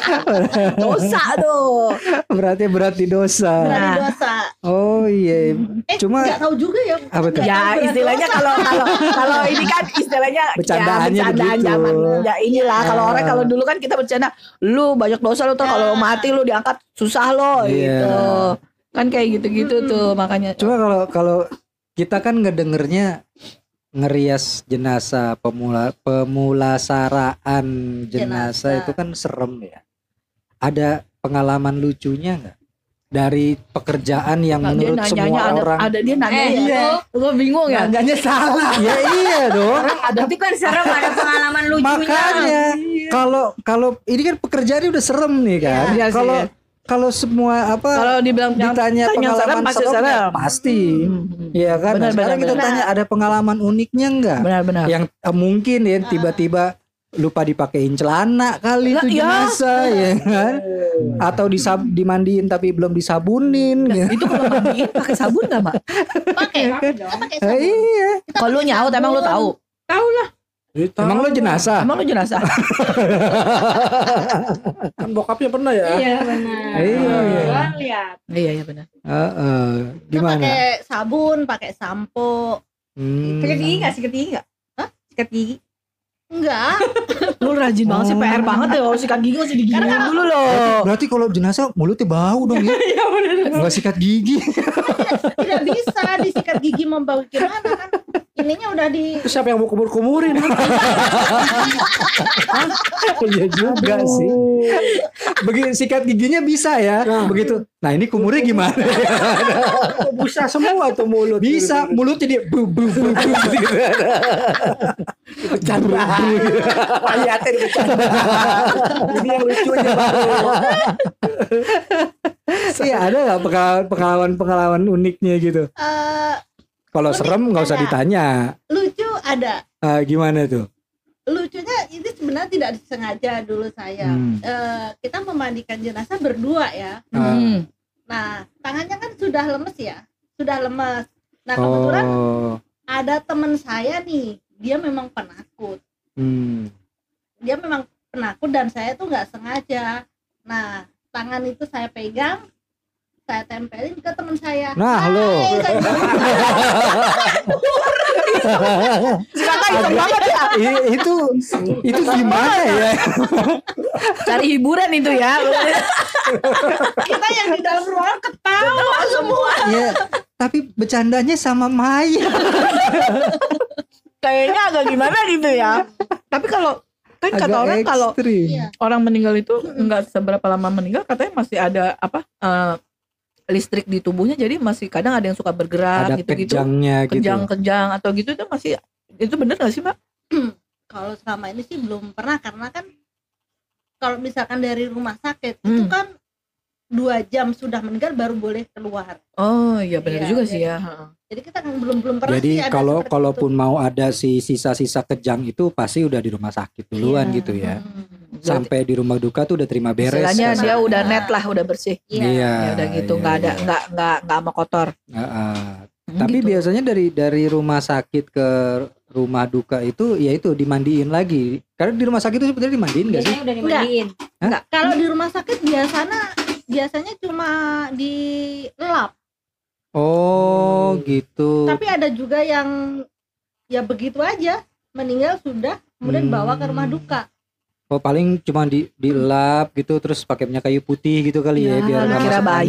[SPEAKER 4] Dosa tuh.
[SPEAKER 2] Berarti berat di dosa.
[SPEAKER 1] berarti
[SPEAKER 4] Nah.
[SPEAKER 1] dosa.
[SPEAKER 2] Oh iya.
[SPEAKER 1] Eh,
[SPEAKER 2] Cuma-
[SPEAKER 1] nggak tahu juga ya.
[SPEAKER 2] Apa tuh?
[SPEAKER 1] Nggak tahu
[SPEAKER 4] Ya
[SPEAKER 1] berat
[SPEAKER 4] istilahnya
[SPEAKER 1] dosa.
[SPEAKER 4] kalau kalau kalau ini kan istilahnya
[SPEAKER 2] Bercandaannya
[SPEAKER 4] ya, bercandaan
[SPEAKER 2] begitu.
[SPEAKER 4] zaman ya inilah kalau
[SPEAKER 2] Ah.
[SPEAKER 4] orang kalau dulu kan kita bercanda lu banyak dosa lu tuh kalau
[SPEAKER 1] Ah.
[SPEAKER 4] mati lu diangkat susah lo
[SPEAKER 2] Iya.
[SPEAKER 4] gitu. Kan kayak gitu-gitu
[SPEAKER 1] Mm-mm.
[SPEAKER 4] tuh makanya.
[SPEAKER 2] Cuma kalau kalau kita kan ngedengernya ngerias jenazah pemula pemulasaraan jenazah
[SPEAKER 1] Jenazah.
[SPEAKER 2] itu kan serem ya. Ada pengalaman lucunya nggak dari pekerjaan yang
[SPEAKER 4] Nah, dia
[SPEAKER 2] menurut
[SPEAKER 4] nanyanya
[SPEAKER 2] semua
[SPEAKER 4] ada,
[SPEAKER 2] orang?
[SPEAKER 4] ada dia nanya
[SPEAKER 5] Eh,
[SPEAKER 4] ya. Gue bingung ya.
[SPEAKER 3] Nanyanya salah.
[SPEAKER 2] Ya iya dong.
[SPEAKER 5] Tapi kan serem ada pengalaman lucunya.
[SPEAKER 2] Makanya kalau kalau ini kan pekerjaannya udah serem nih kan.
[SPEAKER 4] Iya sih,
[SPEAKER 2] Kalau
[SPEAKER 4] ya.
[SPEAKER 2] kalau semua apa
[SPEAKER 4] Kalau dibilang
[SPEAKER 2] ditanya
[SPEAKER 4] tanya
[SPEAKER 2] pengalaman
[SPEAKER 4] serem, pasti
[SPEAKER 2] serem,
[SPEAKER 4] serem.
[SPEAKER 2] ya pasti.
[SPEAKER 4] Hmm.
[SPEAKER 2] Iya kan. Nah,
[SPEAKER 4] Benar,
[SPEAKER 2] sekarang
[SPEAKER 4] benar,
[SPEAKER 2] kita
[SPEAKER 1] benar.
[SPEAKER 2] tanya ada pengalaman uniknya enggak?
[SPEAKER 4] Benar-benar.
[SPEAKER 2] Yang eh, mungkin ya tiba-tiba lupa dipakein celana kali
[SPEAKER 4] Lah,
[SPEAKER 2] itu
[SPEAKER 4] iya.
[SPEAKER 2] jenazah ya kan? Atau disab dimandiin tapi belum disabunin gitu.
[SPEAKER 4] Itu kalau mandiin pakai sabun gak, Mak?
[SPEAKER 1] Pakai, kita pakai
[SPEAKER 2] Eh,
[SPEAKER 1] sabun.
[SPEAKER 2] iya.
[SPEAKER 1] Kita
[SPEAKER 4] Kalau lu
[SPEAKER 1] pakai
[SPEAKER 4] nyaut emang lu
[SPEAKER 1] sabun.
[SPEAKER 4] tahu. Tahu lah.
[SPEAKER 2] Emang lo jenazah?
[SPEAKER 4] Emang lu jenazah?
[SPEAKER 3] Kan bokapnya pernah ya.
[SPEAKER 5] Iya benar.
[SPEAKER 2] Iya, iya.
[SPEAKER 5] Gua lihat.
[SPEAKER 4] Iya iya benar.
[SPEAKER 2] Heeh.
[SPEAKER 1] Kita
[SPEAKER 2] Gimana?
[SPEAKER 1] pakai sabun, pakai sampo.
[SPEAKER 2] Hmm.
[SPEAKER 5] Sikat gigi nggak? Sikat gigi nggak?
[SPEAKER 1] Hah?
[SPEAKER 5] Sikat gigi.
[SPEAKER 1] Enggak.
[SPEAKER 4] Lu rajin banget sih
[SPEAKER 2] Oh.
[SPEAKER 4] P R banget ya. Kalau sikat gigi masih digigilin
[SPEAKER 1] Karena-
[SPEAKER 4] dulu loh.
[SPEAKER 2] Berarti kalau jenazah mulutnya bau dong ya?
[SPEAKER 5] Iya benar.
[SPEAKER 2] Nggak sikat gigi.
[SPEAKER 1] Tidak bisa disikat gigi membawa gimana kan? Ininya udah di
[SPEAKER 3] Itu siapa yang mau kumur-kumurin?
[SPEAKER 2] Iya juga sih. Begitu sikat giginya bisa ya.
[SPEAKER 3] Nah.
[SPEAKER 2] Begitu. Nah ini kumurnya gimana?
[SPEAKER 3] Kok bisa semua tuh mulut.
[SPEAKER 2] Bisa mulutnya dia bu bu bu bu gitu.
[SPEAKER 3] Bercanda. Ayatnya bercanda. Ini yang lucunya baru.
[SPEAKER 2] Iya ada nggak pengalaman pengalaman pengalaman uniknya gitu?
[SPEAKER 1] eh,
[SPEAKER 2] Kalau
[SPEAKER 1] Unik
[SPEAKER 2] serem nggak usah
[SPEAKER 1] ada.
[SPEAKER 2] ditanya.
[SPEAKER 1] lucu ada.
[SPEAKER 2] Ah, gimana tuh?
[SPEAKER 1] Lucunya ini sebenarnya tidak disengaja dulu saya.
[SPEAKER 2] Hmm.
[SPEAKER 1] Eh, kita memandikan jenazah berdua ya.
[SPEAKER 2] Ah.
[SPEAKER 4] Hmm.
[SPEAKER 1] Nah, tangannya kan sudah lemes ya. Sudah lemes. Nah, kebetulan
[SPEAKER 2] Oh.
[SPEAKER 1] ada teman saya nih, dia memang penakut.
[SPEAKER 2] Hmm.
[SPEAKER 1] Dia memang penakut dan saya tuh nggak sengaja. Nah, tangan itu saya pegang, saya tempelin ke teman saya.
[SPEAKER 2] Nah, lo.
[SPEAKER 1] Hai, saya bilang,
[SPEAKER 4] Silakan hitam banget ya.
[SPEAKER 2] I- itu itu gimana ya?
[SPEAKER 4] Cari hiburan itu ya.
[SPEAKER 1] kita yang di dalam ruangan ketawa semua.
[SPEAKER 2] Ya, tapi bercandanya sama Maya.
[SPEAKER 4] Kayaknya agak gimana gitu ya. Tapi kalau kan kata
[SPEAKER 2] Agak
[SPEAKER 4] orang kalau
[SPEAKER 2] ekstrim.
[SPEAKER 1] Iya.
[SPEAKER 4] orang meninggal itu enggak seberapa lama meninggal katanya masih ada apa eh, listrik di tubuhnya jadi masih kadang ada yang suka bergerak
[SPEAKER 2] Ada
[SPEAKER 4] gitu-gitu.
[SPEAKER 2] kejangnya gitu.
[SPEAKER 4] Kejang-kejang atau gitu itu masih itu bener gak sih, Mbak?
[SPEAKER 1] Kalau selama ini sih belum pernah karena kan kalau misalkan dari rumah sakit itu
[SPEAKER 4] Hmm.
[SPEAKER 1] kan dua jam sudah meninggal baru boleh keluar.
[SPEAKER 4] Oh iya benar
[SPEAKER 1] Iya,
[SPEAKER 4] juga
[SPEAKER 1] jadi-
[SPEAKER 4] sih ya. Heeh.
[SPEAKER 1] Jadi kita kan belum belum pernah
[SPEAKER 2] Jadi
[SPEAKER 1] sih ada
[SPEAKER 2] kalau
[SPEAKER 1] seperti
[SPEAKER 2] kalaupun
[SPEAKER 1] itu.
[SPEAKER 2] mau ada si sisa-sisa kejang itu pasti udah di rumah sakit duluan
[SPEAKER 1] Iya.
[SPEAKER 2] gitu ya.
[SPEAKER 1] Hmm.
[SPEAKER 2] Sampai di rumah duka tuh udah terima beres.
[SPEAKER 4] Istilahnya
[SPEAKER 2] kan.
[SPEAKER 4] dia
[SPEAKER 1] Nah.
[SPEAKER 4] udah net lah, udah bersih.
[SPEAKER 1] Iya.
[SPEAKER 2] Iya.
[SPEAKER 4] Ya udah gitu,
[SPEAKER 2] iya,
[SPEAKER 4] nggak ada
[SPEAKER 2] iya.
[SPEAKER 4] nggak nggak nggak sama kotor.
[SPEAKER 2] Heeh.
[SPEAKER 4] Hmm,
[SPEAKER 2] Tapi
[SPEAKER 4] gitu.
[SPEAKER 2] biasanya dari dari rumah sakit ke rumah duka itu ya itu dimandiin lagi. Karena di rumah sakit itu sebenarnya dimandiin nggak sih?
[SPEAKER 5] Biasanya udah dimandiin.
[SPEAKER 1] Enggak, kalau di rumah sakit biasanya biasanya cuma dilap.
[SPEAKER 2] Oh gitu.
[SPEAKER 1] Tapi ada juga yang ya begitu aja meninggal sudah kemudian
[SPEAKER 2] Hmm.
[SPEAKER 1] bawa ke rumah duka.
[SPEAKER 2] Oh paling cuma di dilap gitu terus pakai minyak kayu putih gitu kali ya,
[SPEAKER 4] Ya,
[SPEAKER 2] biar
[SPEAKER 4] lu
[SPEAKER 2] nggak
[SPEAKER 4] kira
[SPEAKER 2] masuk
[SPEAKER 4] bayi.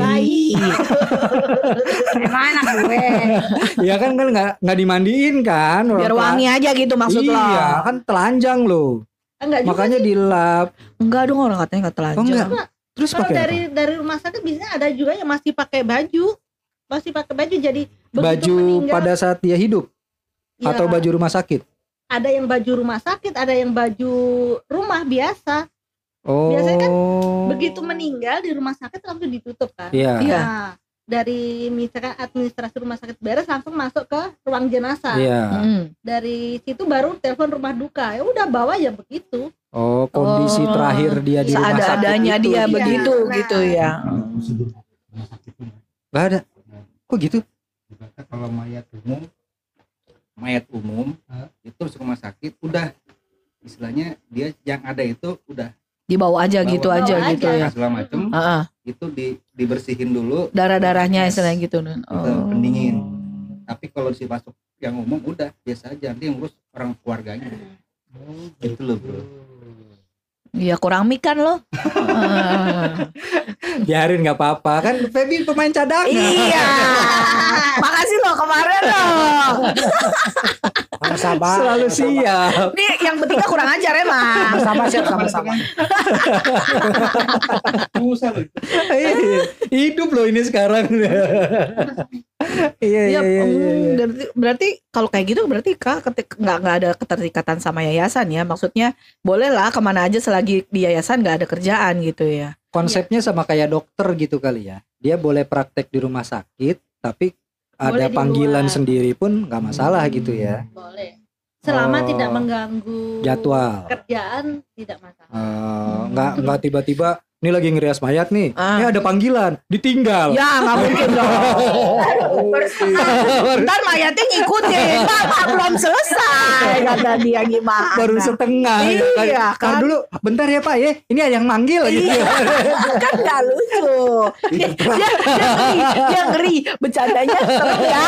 [SPEAKER 2] angin.
[SPEAKER 5] Emang anak gue.
[SPEAKER 2] Ya kan kan nggak nggak dimandiin kan.
[SPEAKER 4] Biar
[SPEAKER 2] Orang-
[SPEAKER 4] wangi aja gitu maksud lo.
[SPEAKER 2] Iya kan telanjang loh.
[SPEAKER 1] Enggak juga
[SPEAKER 2] Makanya
[SPEAKER 1] sih.
[SPEAKER 2] dilap.
[SPEAKER 4] Enggak dong orang katanya nggak telanjang.
[SPEAKER 2] Oh enggak. Terus
[SPEAKER 1] Kalau
[SPEAKER 2] pakai
[SPEAKER 1] dari dari rumah sakit biasanya ada juga yang masih pakai baju. Masih pakai baju jadi
[SPEAKER 2] apa?
[SPEAKER 1] begitu
[SPEAKER 2] Baju
[SPEAKER 1] meninggal,
[SPEAKER 2] pada saat dia hidup
[SPEAKER 1] ya,
[SPEAKER 2] atau baju rumah sakit?
[SPEAKER 1] ada yang baju rumah sakit, ada yang baju rumah biasa.
[SPEAKER 2] Oh.
[SPEAKER 1] Biasanya kan Begitu meninggal di rumah sakit langsung ditutup kan.
[SPEAKER 2] Iya.
[SPEAKER 4] Iya.
[SPEAKER 1] Nah, dari misalkan administrasi rumah sakit beres langsung masuk ke ruang jenazah.
[SPEAKER 2] Iya.
[SPEAKER 4] Hmm.
[SPEAKER 1] Dari situ baru telepon rumah duka. Ya udah bawa ya begitu.
[SPEAKER 2] Oh, kondisi
[SPEAKER 4] Oh.
[SPEAKER 2] terakhir dia di rumah sakit
[SPEAKER 4] Seada-adanya
[SPEAKER 2] itu.
[SPEAKER 4] dia
[SPEAKER 1] Iya.
[SPEAKER 4] begitu
[SPEAKER 1] Nah.
[SPEAKER 4] gitu ya.
[SPEAKER 2] Nggak ada. Kok gitu?
[SPEAKER 6] Ibaratnya kalau mayat umum mayat umum itu masuk rumah sakit udah istilahnya dia yang ada itu udah
[SPEAKER 4] Dibawa aja
[SPEAKER 6] Bawa
[SPEAKER 4] gitu
[SPEAKER 1] aja.
[SPEAKER 4] aja
[SPEAKER 1] Bawa
[SPEAKER 4] gitu
[SPEAKER 1] aja.
[SPEAKER 4] ya.
[SPEAKER 6] segala macam
[SPEAKER 4] Heeh.
[SPEAKER 6] itu di, dibersihin dulu,
[SPEAKER 4] Darah-darahnya
[SPEAKER 6] Yes.
[SPEAKER 4] istilahnya gitu.
[SPEAKER 6] kita pendingin. Tapi kalau si masuk yang umum udah biasa aja, nanti yang ngurus orang keluarganya. Gitu loh bro.
[SPEAKER 4] Iya kurang mik kan lo.
[SPEAKER 2] Biarin nggak apa-apa kan, Feby pemain cadangan.
[SPEAKER 4] Iya. Makasih lo kemarin lo.
[SPEAKER 3] Sama-sama.
[SPEAKER 2] Selalu
[SPEAKER 3] sama-sama.
[SPEAKER 2] siap.
[SPEAKER 4] Nih yang bertiga kurang ajar emang.
[SPEAKER 3] Sama-sama siap sama-sama.
[SPEAKER 6] Susah loh.
[SPEAKER 2] Iya, hidup loh ini sekarang. Iya iya
[SPEAKER 4] Iya,
[SPEAKER 2] iya.
[SPEAKER 4] mm,
[SPEAKER 2] iya.
[SPEAKER 4] berarti, berarti kalau kayak gitu berarti kak ketik nggak nggak ada keterikatan sama yayasan ya. Maksudnya boleh lah kemana aja selagi di yayasan nggak ada kerjaan gitu ya.
[SPEAKER 2] Konsepnya sama kayak dokter gitu kali ya. Dia boleh praktek di rumah sakit, tapi ada
[SPEAKER 1] Boleh di
[SPEAKER 2] panggilan
[SPEAKER 1] luar.
[SPEAKER 2] sendiri pun nggak masalah gitu ya.
[SPEAKER 1] Boleh. Selama
[SPEAKER 2] Oh.
[SPEAKER 1] tidak mengganggu
[SPEAKER 2] Jadwal.
[SPEAKER 1] kerjaan tidak masalah.
[SPEAKER 2] Eh, nggak nggak tiba-tiba ini lagi ngerias mayat nih,
[SPEAKER 4] Ah.
[SPEAKER 2] eh ada panggilan, ditinggal.
[SPEAKER 4] Ya nggak mungkin dong. Ntar mayatnya ngikutin, bapak belum selesai kata dia gimana.
[SPEAKER 2] Baru setengah.
[SPEAKER 4] Iya,
[SPEAKER 2] ya
[SPEAKER 4] kan?
[SPEAKER 2] Kan dulu, bentar ya Pak ya, ini ada yang manggil gitu.
[SPEAKER 4] Iya, kan gak lucu. Dia, dia, dia ngeri, dia ngeri. Bercandanya serem ya.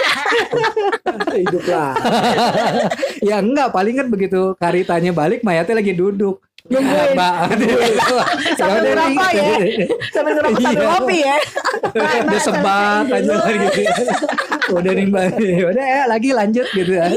[SPEAKER 3] Hidup lah.
[SPEAKER 2] Ya enggak, paling kan begitu karitanya balik, mayatnya lagi duduk.
[SPEAKER 4] Nungguin.
[SPEAKER 2] Mbak.
[SPEAKER 4] Sambil
[SPEAKER 2] udah
[SPEAKER 4] ngerokok
[SPEAKER 2] nih.
[SPEAKER 4] ya. Sambil ngerokok sambil
[SPEAKER 2] Iya.
[SPEAKER 4] ngopi ya.
[SPEAKER 2] Udah sebat aja gitu. Udah nih Mbak. Udah ya lagi lanjut gitu ya.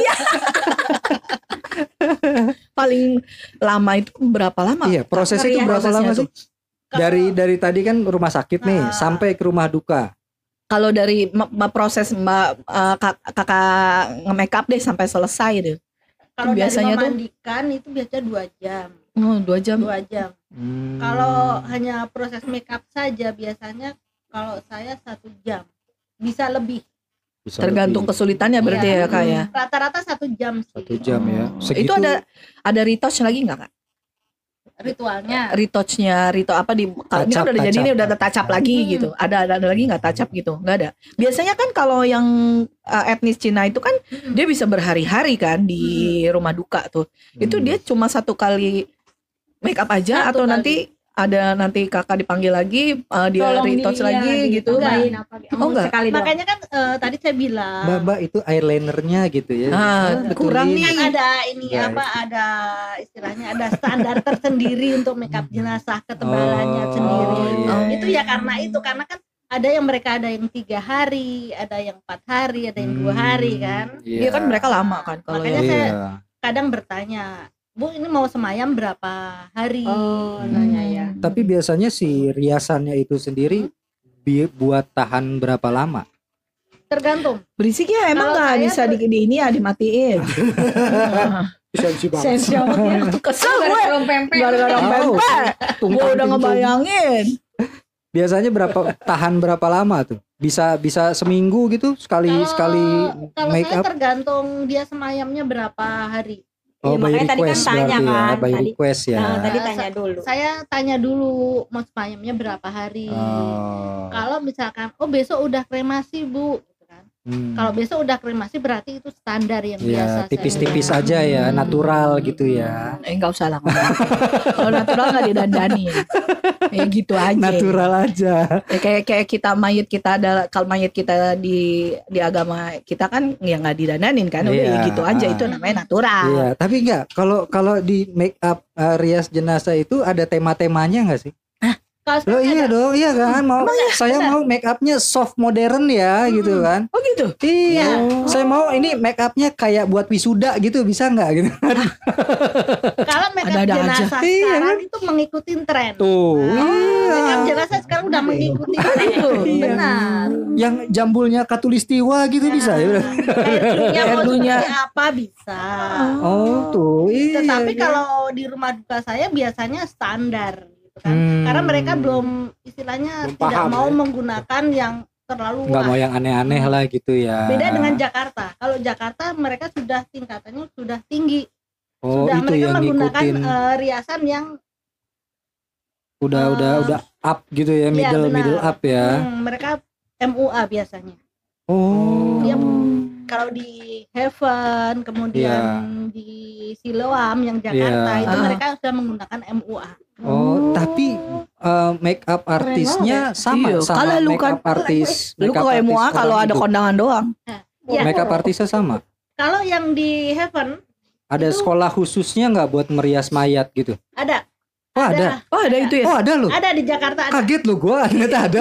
[SPEAKER 4] Paling lama itu berapa lama?
[SPEAKER 2] Iya, proses
[SPEAKER 4] Kak,
[SPEAKER 2] itu
[SPEAKER 4] ya,
[SPEAKER 2] berapa
[SPEAKER 4] prosesnya
[SPEAKER 2] lama
[SPEAKER 4] tuh?
[SPEAKER 2] sih? Dari dari tadi kan rumah sakit nih
[SPEAKER 1] Ah.
[SPEAKER 2] sampai ke rumah duka.
[SPEAKER 4] Kalau dari ma- ma- proses mbak eh, kak- kakak nge-make up deh sampai selesai deh.
[SPEAKER 1] Kalau
[SPEAKER 4] biasanya
[SPEAKER 1] dari
[SPEAKER 4] tuh-
[SPEAKER 1] memandikan itu biasanya dua jam.
[SPEAKER 4] Oh, dua jam.
[SPEAKER 1] Dua jam.
[SPEAKER 2] Hmm.
[SPEAKER 1] Kalau hanya proses make up saja biasanya kalau saya satu jam. Bisa lebih.
[SPEAKER 2] Bisa
[SPEAKER 4] Tergantung
[SPEAKER 2] lebih.
[SPEAKER 4] kesulitannya berarti
[SPEAKER 1] Iya.
[SPEAKER 4] ya kak ya.
[SPEAKER 1] Rata-rata satu jam sih.
[SPEAKER 2] Satu jam ya.
[SPEAKER 4] Oh.
[SPEAKER 2] Segitu,
[SPEAKER 4] Itu ada ada retouch lagi nggak kak?
[SPEAKER 1] Ritualnya.
[SPEAKER 4] Retouchnya, rito apa di kalau ini kan
[SPEAKER 2] Touch up,
[SPEAKER 4] udah jadi
[SPEAKER 2] touch
[SPEAKER 4] ini
[SPEAKER 2] up.
[SPEAKER 4] udah touch up lagi
[SPEAKER 1] Hmm.
[SPEAKER 4] gitu. Ada, ada ada lagi nggak touch up gitu? Nggak ada. Biasanya kan kalau yang uh, etnis Cina itu kan
[SPEAKER 1] Mm-mm.
[SPEAKER 4] dia bisa berhari-hari kan di rumah duka tuh. Itu
[SPEAKER 2] Hmm.
[SPEAKER 4] dia cuma satu kali make up aja
[SPEAKER 1] Satu
[SPEAKER 4] atau
[SPEAKER 1] kali.
[SPEAKER 4] nanti ada nanti kakak dipanggil lagi uh, dia
[SPEAKER 5] Tolong
[SPEAKER 4] retouch
[SPEAKER 5] di-
[SPEAKER 4] lagi
[SPEAKER 5] iya,
[SPEAKER 4] gitu.
[SPEAKER 5] ditambahin apa gitu.
[SPEAKER 4] Oh, enggak.
[SPEAKER 5] Sekali doang.
[SPEAKER 1] Makanya kan eh, tadi saya bilang
[SPEAKER 2] Mbak, Mbak itu eyelinernya gitu ya.
[SPEAKER 4] Ah,
[SPEAKER 2] Betulin.
[SPEAKER 4] kurang nih.
[SPEAKER 1] kan ada ini
[SPEAKER 6] Ya.
[SPEAKER 1] apa ada istilahnya ada standar tersendiri untuk make up jenazah ketebalannya
[SPEAKER 2] Oh,
[SPEAKER 1] sendiri.
[SPEAKER 2] iya.
[SPEAKER 1] Itu ya karena itu karena kan ada yang mereka ada yang tiga hari, ada yang empat hari, ada yang dua hari kan.
[SPEAKER 2] Iya.
[SPEAKER 4] Dia kan mereka lama kan kalau
[SPEAKER 1] Makanya
[SPEAKER 4] yang
[SPEAKER 1] saya-
[SPEAKER 2] Iya.
[SPEAKER 1] Kadang bertanya, Bu ini mau semayam berapa hari?
[SPEAKER 5] Oh, nanya ya.
[SPEAKER 2] Tapi biasanya si riasannya itu sendiri bi- buat tahan berapa lama?
[SPEAKER 1] Tergantung.
[SPEAKER 4] berisik ya emang
[SPEAKER 1] Kalau
[SPEAKER 4] nggak
[SPEAKER 1] saya
[SPEAKER 4] bisa di,
[SPEAKER 1] ter-
[SPEAKER 4] di ini ya dimatiin.
[SPEAKER 3] Sensi banget.
[SPEAKER 5] Sensor.
[SPEAKER 4] Kesel gue
[SPEAKER 5] pempek.
[SPEAKER 4] gara-gara
[SPEAKER 2] Tahu.
[SPEAKER 4] pempek. Gue
[SPEAKER 2] Tungkang
[SPEAKER 4] udah
[SPEAKER 2] tingkung.
[SPEAKER 4] ngebayangin.
[SPEAKER 2] Biasanya berapa tahan berapa lama tuh? Bisa bisa seminggu gitu sekali
[SPEAKER 1] Kalau
[SPEAKER 2] sekali
[SPEAKER 1] kalau
[SPEAKER 2] make
[SPEAKER 1] saya
[SPEAKER 2] up.
[SPEAKER 1] tergantung dia semayamnya berapa hari.
[SPEAKER 2] Oh,
[SPEAKER 5] Iya,
[SPEAKER 2] by
[SPEAKER 5] makanya tadi kan
[SPEAKER 2] request
[SPEAKER 5] tanya
[SPEAKER 2] berarti ya,
[SPEAKER 5] kan,
[SPEAKER 2] by
[SPEAKER 5] tadi.
[SPEAKER 2] request ya.
[SPEAKER 5] Nah, tadi
[SPEAKER 1] Sa-
[SPEAKER 5] tanya dulu.
[SPEAKER 1] Saya tanya dulu mau semayamnya berapa hari.
[SPEAKER 2] Oh.
[SPEAKER 1] Kalau misalkan oh besok udah kremasi Bu gitu kan.
[SPEAKER 2] Hmm.
[SPEAKER 1] Kalau besok udah kremasi berarti itu standar yang biasa.
[SPEAKER 2] Ya,
[SPEAKER 1] saya
[SPEAKER 2] tipis-tipis
[SPEAKER 1] lihat.
[SPEAKER 2] aja ya,
[SPEAKER 1] Hmm.
[SPEAKER 2] natural gitu ya.
[SPEAKER 4] Eh nggak usah lah. Kalau natural nggak didandani. Ya gitu aja.
[SPEAKER 2] Natural aja.
[SPEAKER 4] Ya, kayak kayak kita mayit kita ada kalau mayit kita di di agama kita kan ya nggak didandanin kan. Udah ya
[SPEAKER 2] Iya.
[SPEAKER 4] gitu aja itu namanya natural.
[SPEAKER 2] Iya, tapi enggak kalau kalau di make up uh, rias jenazah itu ada tema-temanya enggak sih?
[SPEAKER 1] Kalau
[SPEAKER 2] Loh
[SPEAKER 1] sekarang
[SPEAKER 2] iya
[SPEAKER 1] ada-
[SPEAKER 2] dong, iya kan? Mau saya mau make upnya soft modern ya gitu kan.
[SPEAKER 4] Oh gitu.
[SPEAKER 2] Iya,
[SPEAKER 4] Oh.
[SPEAKER 2] saya mau ini make upnya kayak buat wisuda gitu, bisa nggak gitu?
[SPEAKER 1] kalau make up
[SPEAKER 4] Ada-ada aja.
[SPEAKER 1] jenazah
[SPEAKER 2] Iya.
[SPEAKER 1] sekarang itu mengikuti tren.
[SPEAKER 2] Tuh,
[SPEAKER 1] Nah,
[SPEAKER 2] iya.
[SPEAKER 1] make up jenazah sekarang udah mengikuti tren.
[SPEAKER 2] Iya.
[SPEAKER 1] Benar.
[SPEAKER 2] Yang jambulnya katulistiwa gitu bisa ya?
[SPEAKER 1] Hairdo-nya mau
[SPEAKER 4] Hairdo-nya.
[SPEAKER 1] seperti apa bisa.
[SPEAKER 2] Oh tuh, iya.
[SPEAKER 1] Tetapi
[SPEAKER 2] iya.
[SPEAKER 1] kalau di rumah duka saya biasanya standar gitu kan.
[SPEAKER 2] Hmm.
[SPEAKER 1] Karena mereka belum istilahnya
[SPEAKER 3] Belum
[SPEAKER 1] tidak
[SPEAKER 3] paham,
[SPEAKER 1] mau
[SPEAKER 3] ya.
[SPEAKER 1] menggunakan yang terlalu
[SPEAKER 2] nggak
[SPEAKER 1] wah.
[SPEAKER 2] mau yang aneh-aneh lah gitu ya.
[SPEAKER 1] Beda dengan Jakarta. Kalau Jakarta mereka sudah tingkatannya sudah tinggi.
[SPEAKER 2] Oh
[SPEAKER 1] sudah
[SPEAKER 2] itu
[SPEAKER 1] mereka
[SPEAKER 2] yang
[SPEAKER 1] menggunakan
[SPEAKER 2] ngikutin
[SPEAKER 1] eh, riasan yang
[SPEAKER 2] udah
[SPEAKER 1] eh,
[SPEAKER 2] udah udah up gitu ya,
[SPEAKER 1] iya,
[SPEAKER 2] middle
[SPEAKER 1] benar.
[SPEAKER 2] middle up ya.
[SPEAKER 1] hmm, mereka M U A biasanya.
[SPEAKER 2] Oh.
[SPEAKER 1] Dia kalau di Heaven, kemudian di Siloam yang Jakarta
[SPEAKER 2] Iya.
[SPEAKER 1] itu
[SPEAKER 4] Ah.
[SPEAKER 1] mereka sudah menggunakan M U A.
[SPEAKER 2] Oh, tapi uh, make up artisnya sama
[SPEAKER 4] Iya,
[SPEAKER 2] sama
[SPEAKER 4] kalau lu
[SPEAKER 2] make
[SPEAKER 4] kan-
[SPEAKER 2] up artis.
[SPEAKER 4] Lu
[SPEAKER 2] make up
[SPEAKER 4] ke M U A
[SPEAKER 2] artis
[SPEAKER 4] kalau
[SPEAKER 2] orang
[SPEAKER 4] ada
[SPEAKER 2] hidup.
[SPEAKER 4] kondangan doang.
[SPEAKER 1] Ya,
[SPEAKER 2] Make up artisnya sama.
[SPEAKER 1] kalau yang di Heaven
[SPEAKER 2] Ada
[SPEAKER 1] Itu-
[SPEAKER 2] sekolah khususnya nggak buat merias mayat gitu?
[SPEAKER 1] ada,
[SPEAKER 2] Oh ada.
[SPEAKER 4] Oh ada itu ya?
[SPEAKER 2] Oh ada loh.
[SPEAKER 1] ada di Jakarta ada.
[SPEAKER 2] Kaget lu gua ternyata ada.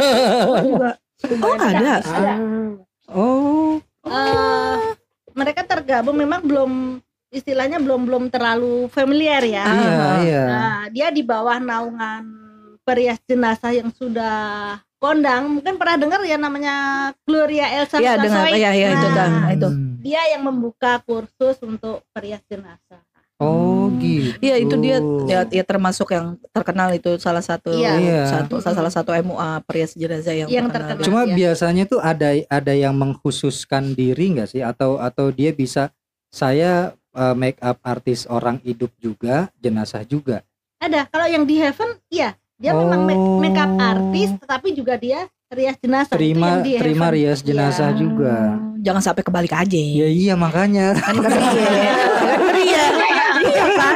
[SPEAKER 4] Oh ada.
[SPEAKER 1] Ada.
[SPEAKER 2] Oh.
[SPEAKER 1] Eh, mereka tergabung memang belum istilahnya belum belum terlalu familiar ya.
[SPEAKER 2] Iya,
[SPEAKER 4] Ah.
[SPEAKER 2] iya.
[SPEAKER 1] Nah, dia di bawah naungan perias jenazah yang sudah kondang. Mungkin pernah dengar ya namanya Gloria Elsa
[SPEAKER 4] Iya dengar.
[SPEAKER 1] Sukasoid.
[SPEAKER 4] Iya iya itu
[SPEAKER 1] Nah,
[SPEAKER 4] kan. Nah, itu.
[SPEAKER 2] Hmm.
[SPEAKER 1] dia yang membuka kursus untuk perias jenazah.
[SPEAKER 2] Oh gitu.
[SPEAKER 4] Iya itu dia ya, ya termasuk yang terkenal itu salah satu
[SPEAKER 1] Iya.
[SPEAKER 2] Iya.
[SPEAKER 4] satu salah satu M U A perias jenazah yang,
[SPEAKER 1] Yang
[SPEAKER 4] terkenal.
[SPEAKER 1] terkenal.
[SPEAKER 2] Cuma
[SPEAKER 1] Iya.
[SPEAKER 2] biasanya tuh ada ada yang mengkhususkan diri nggak sih atau atau dia bisa saya uh, make up artis orang hidup juga, jenazah juga.
[SPEAKER 1] Ada. Kalau yang di Heaven, iya. Dia memang make,
[SPEAKER 2] Oh.
[SPEAKER 1] make up artis, tetapi juga dia rias jenazah. Itu
[SPEAKER 2] Terima
[SPEAKER 1] yang di
[SPEAKER 2] terima
[SPEAKER 1] Heaven.
[SPEAKER 2] rias jenazah
[SPEAKER 1] Iya.
[SPEAKER 2] juga.
[SPEAKER 4] Jangan sampai kebalik aja.
[SPEAKER 2] Ya iya makanya.
[SPEAKER 4] Kan ngeri ya. Kan ngeri ya. Iya kan.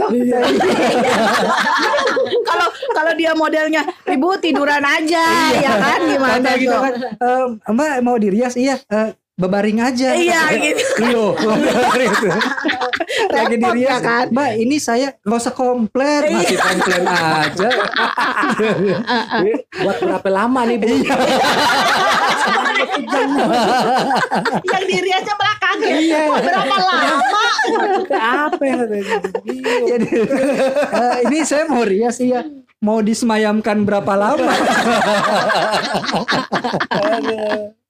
[SPEAKER 4] Kalau kalau dia modelnya ibu tiduran aja ya kan gimana
[SPEAKER 2] Kata gitu
[SPEAKER 4] tuh?
[SPEAKER 2] kan, "Em, Mbak mau dirias iya eh, bebaring aja."
[SPEAKER 4] Iya gitu.
[SPEAKER 2] Loh, gitu. Lagi
[SPEAKER 4] Repot
[SPEAKER 2] dirias
[SPEAKER 4] ya kan?
[SPEAKER 2] Mbak ini saya nggak usah komplet, masih komplain aja.
[SPEAKER 3] Buat berapa lama nih Bu?
[SPEAKER 1] Yang diriasnya malah kaget.
[SPEAKER 2] Iya.
[SPEAKER 1] Wah, berapa lama?
[SPEAKER 3] Apa yang ada di
[SPEAKER 2] Jadi eh, ini saya mau rias iya. Mau disemayamkan berapa lama?